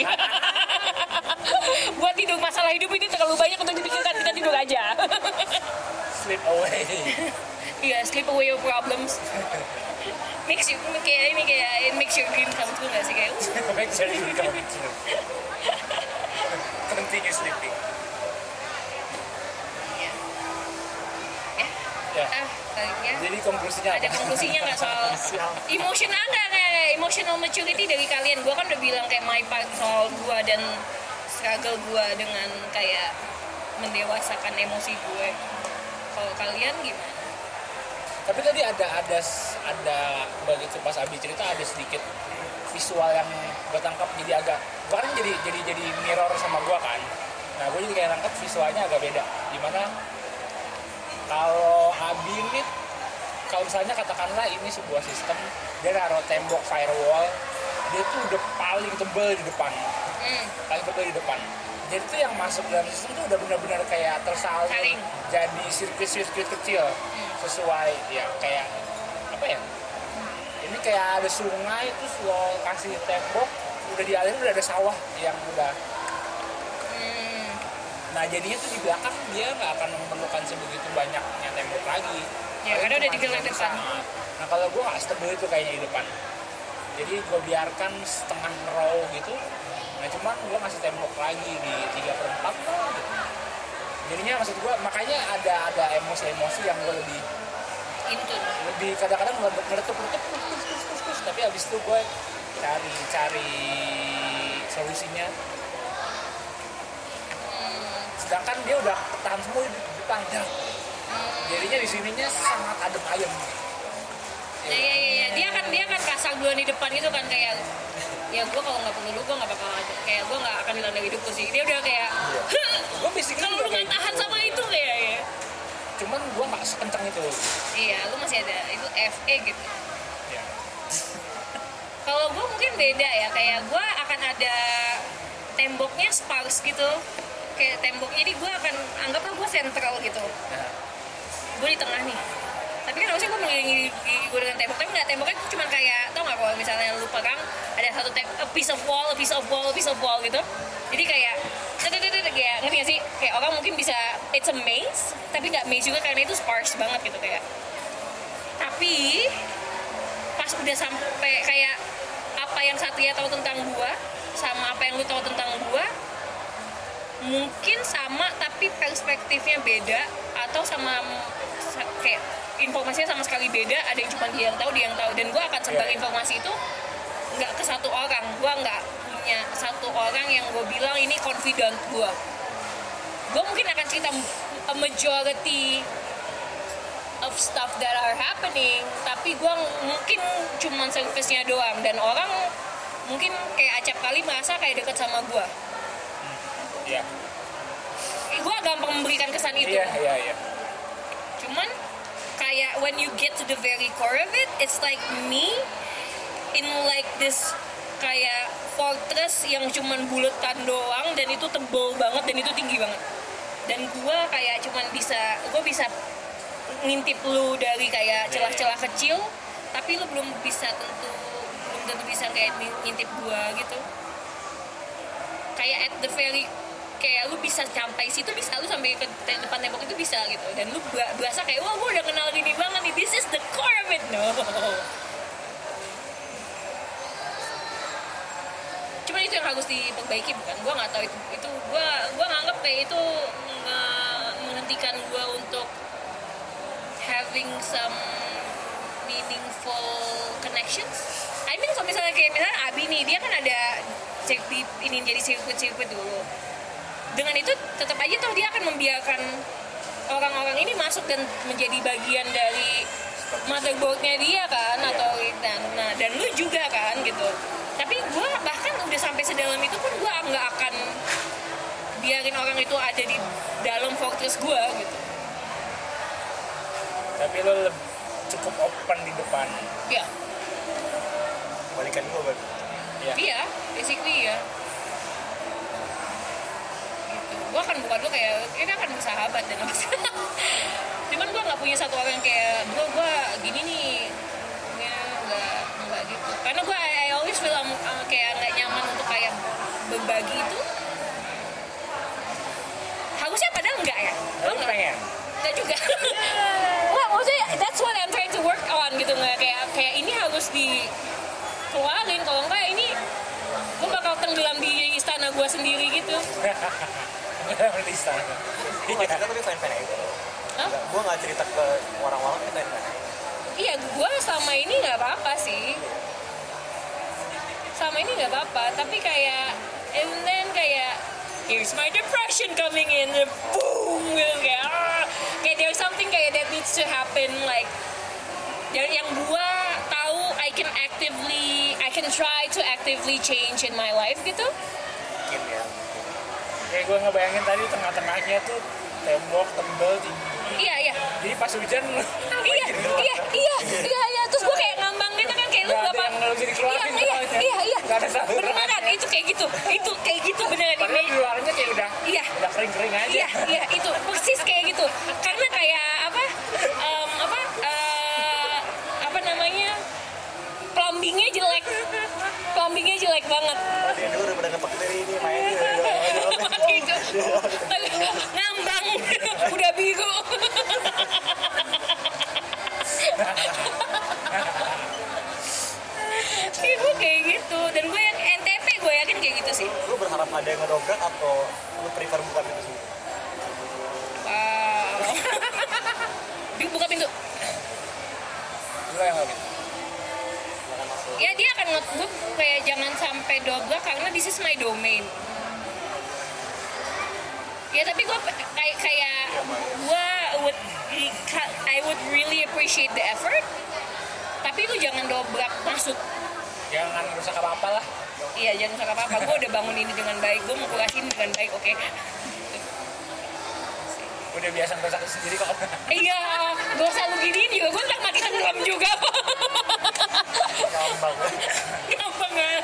Buat tidur, masalah hidup ini terlalu banyak untuk dipikirkan, kita tidur aja. Sleep away. Iya, sleep away your problems. Makes you it makes your dream come true nggak sih kayak? Makes your dream come true. Continue sleeping. Ya. Jadi konklusinya ada konklusinya nggak soal emosional nggak, kayak emotional maturity dari kalian? Gue kan udah bilang kayak my part soal gue dan struggle gue dengan kayak mendewasakan emosi gue. Kalau kalian gimana? Tapi tadi ada begitu pas Abi cerita ada sedikit visual yang gue tangkap, jadi agak bahkan jadi mirror sama gue kan. Nah gue juga kayak nangkep visualnya agak beda. Dimana kalau Abi ini, kalau misalnya katakanlah ini sebuah sistem, dia naruh tembok firewall, dia tuh udah paling tebal di depan, jadi tuh yang masuk dalam sistem tuh udah benar-benar kayak tersalin jadi sirkuit kecil, sesuai ya kayak apa ya, ini kayak ada sungai terus lo kasih tembok, udah dialirin udah ada sawah yang udah. Nah jadinya tuh di belakang dia nggak akan memerlukan sebegitu banyaknya tembok lagi. Ya karena udah di depan. Nah kalau gue nggak setebel itu kayaknya di depan. Jadi gue biarkan setengah row gitu. Nah cuman gue ngasih tembok lagi di 3/4 gitu. Jadinya maksud gue makanya ada emosi-emosi yang gue lebih kadang-kadang meletup, tapi abis itu gue cari solusinya. Sedangkan dia udah tahan semua di depan. Jadinya di sininya sangat adem ayem. Iya. Dia kan kasar duluan di depan gitu kan, kayak ya gue kalau nggak perlu lu gue nggak bakal, kayak gue nggak akan hilang dari hidupku sih. Dia udah kayak gue basically kalau lu nggak tahan gitu. sama itu kayak ya. Cuman gue nggak sekencang itu. Iya, lu masih ada itu FE gitu. Ya. Kalau gue mungkin beda ya, kayak gue akan ada temboknya sparse gitu, kayak temboknya ini gue akan anggaplah gue sentral gitu. Gue di tengah nih, tapi kan harusnya gue mengelilingi gue dengan tembok, tapi nggak, temboknya cuma kayak, tau nggak kalau misalnya lu pegang ada satu a piece of wall gitu, jadi kayak kayak ngerti gak sih, kayak orang mungkin bisa it's a maze tapi nggak maze juga karena itu sparse banget gitu kayak. Tapi pas udah sampai kayak apa yang Satria tahu tentang gua sama apa yang lu tahu tentang gua mungkin sama tapi perspektifnya beda, atau sama kayak informasinya sama sekali beda, ada yang cuma dia yang tahu, dan gua akan sebar informasi itu nggak ke satu orang. Gua nggak punya satu orang yang gue bilang ini confidant gue mungkin akan cerita a majority of stuff that are happening, tapi gue mungkin cuma surface-nya doang, dan orang mungkin kayak acap kali merasa kayak deket sama gue. Iya. Gue gampang memberikan kesan itu. Iya. Cuman kayak when you get to the very core of it, it's like me in like this kayak fortress yang cuman buletan doang, dan itu tebal banget dan itu tinggi banget, dan gue kayak cuman bisa ngintip lu dari kayak celah-celah kecil, tapi lu belum tentu bisa kayak ngintip gue gitu. Kayak at the very, kayak lu bisa sampai situ, bisa lu sampai ke depan tembok itu bisa gitu, dan lu berasa kayak wah gue udah kenal gini banget nih, this is the core of it. No, cuman itu yang harus diperbaiki, bukan? Gue nggak tahu itu gue nganggap kayak itu menghentikan gue untuk having some meaningful connections. I mean kalau misalnya Abi nih, dia kan ada ini jadi sirkuit dulu. Dengan itu tetap aja tuh dia akan membiarkan orang-orang ini masuk dan menjadi bagian dari motherboardnya dia kan, atau dan lu juga kan gitu. Tapi gue bahkan udah sampai sedalam itu pun gue nggak akan biarin orang itu ada di dalam fortress gue gitu. Tapi lo cukup open di depan. Iya. Balikan gue berarti. Iya, basically ya. Gitu. Gue akan bukan lo kayak ini akan bersahabat dan apa sih. Cuman gue nggak punya satu orang kayak gue gini nih. Nggak gitu. Karena gue I always feel kayak nggak nyaman untuk kayak berbagi itu. Harusnya padahal enggak ya. Lo nggak pengen? Enggak juga. Wah, maksudnya that's what I'm trying to work on gitu, nggak kayak ini harus dikeluarin, kalau enggak ini gue bakal tenggelam di istana gue sendiri gitu. Di istana. Gue nggak cerita tapi fan-fan aja. Gue nggak cerita ke orang-orang tapi fan-fan aja. Iya, gue selama ini nggak apa-apa sih. Selama ini nggak apa-apa, tapi kayak and then kayak here's my depression coming in, boom, kayak there's something kayak that needs to happen, like yang gue tahu I can try to actively change in my life gitu. Mungkin ya. Kayak gue ngebayangin tadi tengah-tengahnya tuh tembok tebel tinggi. Iya. Jadi pas hujan Iya. Terus gue kayak ngambang gitu kan, kayak lu berapa? Iya. Gak ada saluran. Beneran itu kayak gitu beneran. Padahal di luarnya kayak udah kering-kering aja. Iya, itu persis kayak gitu. Karena kayak apa namanya? Plumbingnya jelek banget. Dia dulu udah pada ngepakai ini main Gitu. Ngambang udah biru. Gue kayak gitu, dan gue yang NTP gue yakin kayak gitu sih. Lu berharap ada yang ngedobrak atau lu prefer buka pintu sendiri? Buka pintu. Lu yang ngomongin. Ya dia akan gue kayak jangan sampai dobrak karena this is my domain. Ya tapi gue kayak gue I would really appreciate the effort. Tapi lu jangan dobrak masuk. Jangan rusak apa-apa lah. Iya, jangan rusak apa-apa. Gue udah bangun ini dengan baik, gue mau kurasi ini dengan baik, oke? Udah biasa ngerusak sendiri kok. Iya, gue selalu giniin juga, gue ntar mati tenggelam juga. Gampang. Gampang kan?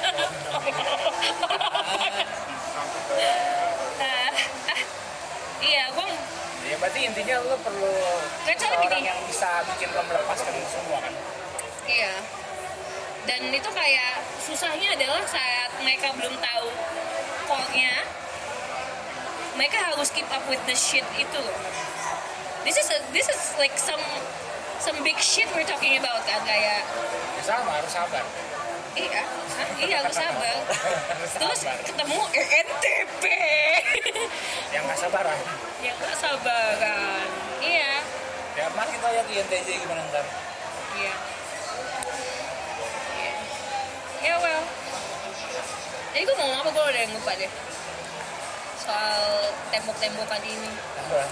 Iya, gue... Ya berarti intinya lo perlu orang yang bisa bikin lo melepaskan itu semua kan? Iya. Dan itu kayak susahnya adalah saat mereka belum tahu core-nya, mereka harus keep up with the shit itu loh. This is like some big shit we're talking about kan, kayak ya sama, harus sabar. Iya, harus sabar. Terus ketemu ENTP yang gak sabaran. Yang gak sabaran. Iya. Ya mas kita lihat INTJ gimana ntar. Iya. Ya well. Jadi gue mau ngomong apa, gue udah yang lupa deh. Soal tembok-tembokan ini. Apa?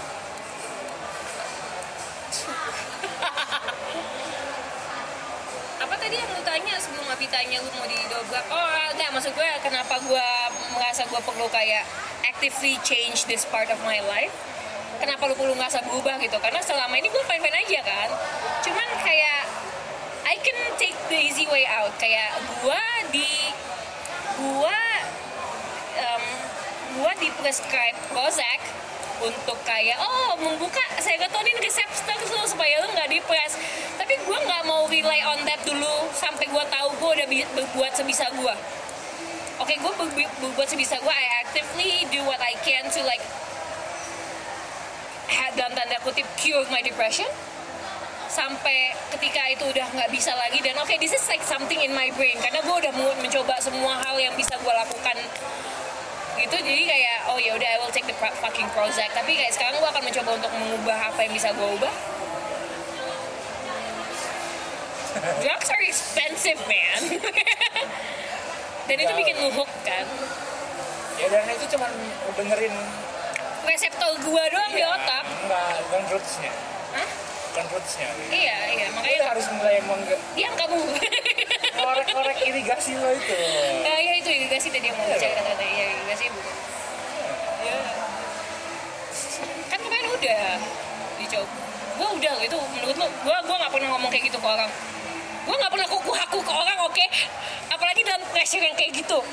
Apa tadi yang lu tanya sebelum Abi tanya lu mau didobrak? Oh enggak, maksud gue kenapa gue merasa gue perlu kayak actively change this part of my life. Kenapa lu perlu ngerasa berubah gitu? Karena selama ini gue fine-fine aja kan. Cuman kayak I can take the easy way out. Kayak gue di prescribe Prozac untuk kayak membuka serotonin reseptor lu supaya lu nggak depres. Tapi gue nggak mau rely on that dulu sampai gue tahu gue udah berbuat sebisa gue. Oke, gue berbuat sebisa gue. I actively do what I can to like dalam tanda kutip cure my depression. Sampai ketika itu udah nggak bisa lagi dan this is like something in my brain karena gue udah mencoba semua hal yang bisa gue lakukan gitu. Jadi kayak ya udah I will take the fucking Prozac. Tapi kayak sekarang gue akan mencoba untuk mengubah apa yang bisa gue ubah. Drugs are expensive, man. Dan itu bikin lu hook kan. Ya dan itu cuman benerin reseptor gue doang di otak. Enggak, bukan rootsnya. Hah? Bukan rootsnya. Iya, makanya kita harus mulai diam kamu. korek irigasi lo itu. Ya itu irigasi tadi yang mau bicara kata-kata. Iya, irigasi bukan. Ya. Kan kemarin udah dicoba. Gue udah itu menurut lo, gue nggak pernah ngomong kayak gitu ke orang. Gue nggak pernah kuku-haku ke orang, oke? Apalagi dalam pressure yang kayak gitu.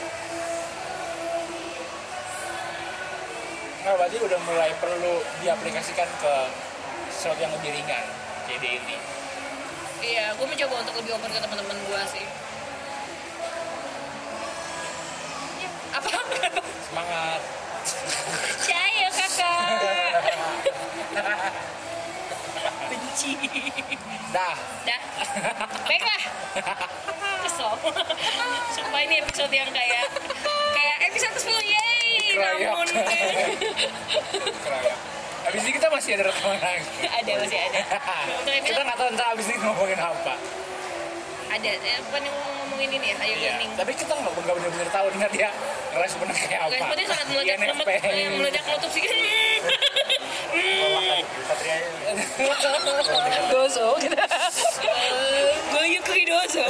Nah, berarti udah mulai perlu diaplikasikan ke sesuatu yang lebih ringan, jadi ini. Iya, gue mencoba untuk lebih open ke teman-teman gue sih. Ya, apa? Semangat. Jaya kakak. Benci. Dah. Baiklah. Kesel. Sumpah ini episode yang kayak episode 10, yeay. Namun Keraya. Abis ini kita masih ada rekaman lagi. Masih ada. Kita nggak tahu ntar abis ini ngomongin apa. Ada, bukan yang ngomongin ini ya, Ayo Learning. Tapi kita nggak benar-benar tahu nih dia responnya kayak apa. Responnya sangat meledak meletup sih. Dozo gitu. Goyuk dozo.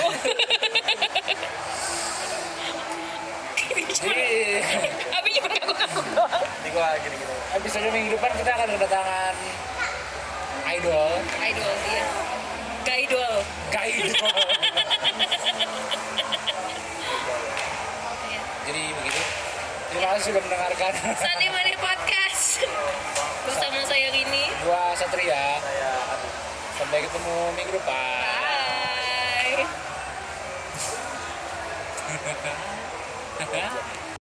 Abi cuma kaku-kaku doang. Ini gue gini-gini. Episode minggu depan kita akan kedatangan idol, iya. Gaidol. Jadi begitu. Terima kasih sudah mendengarkan Sunny Money Podcast bersama saya Rini. Gua Satria. Saya Adi. Sampai ketemu minggu depan. Bye.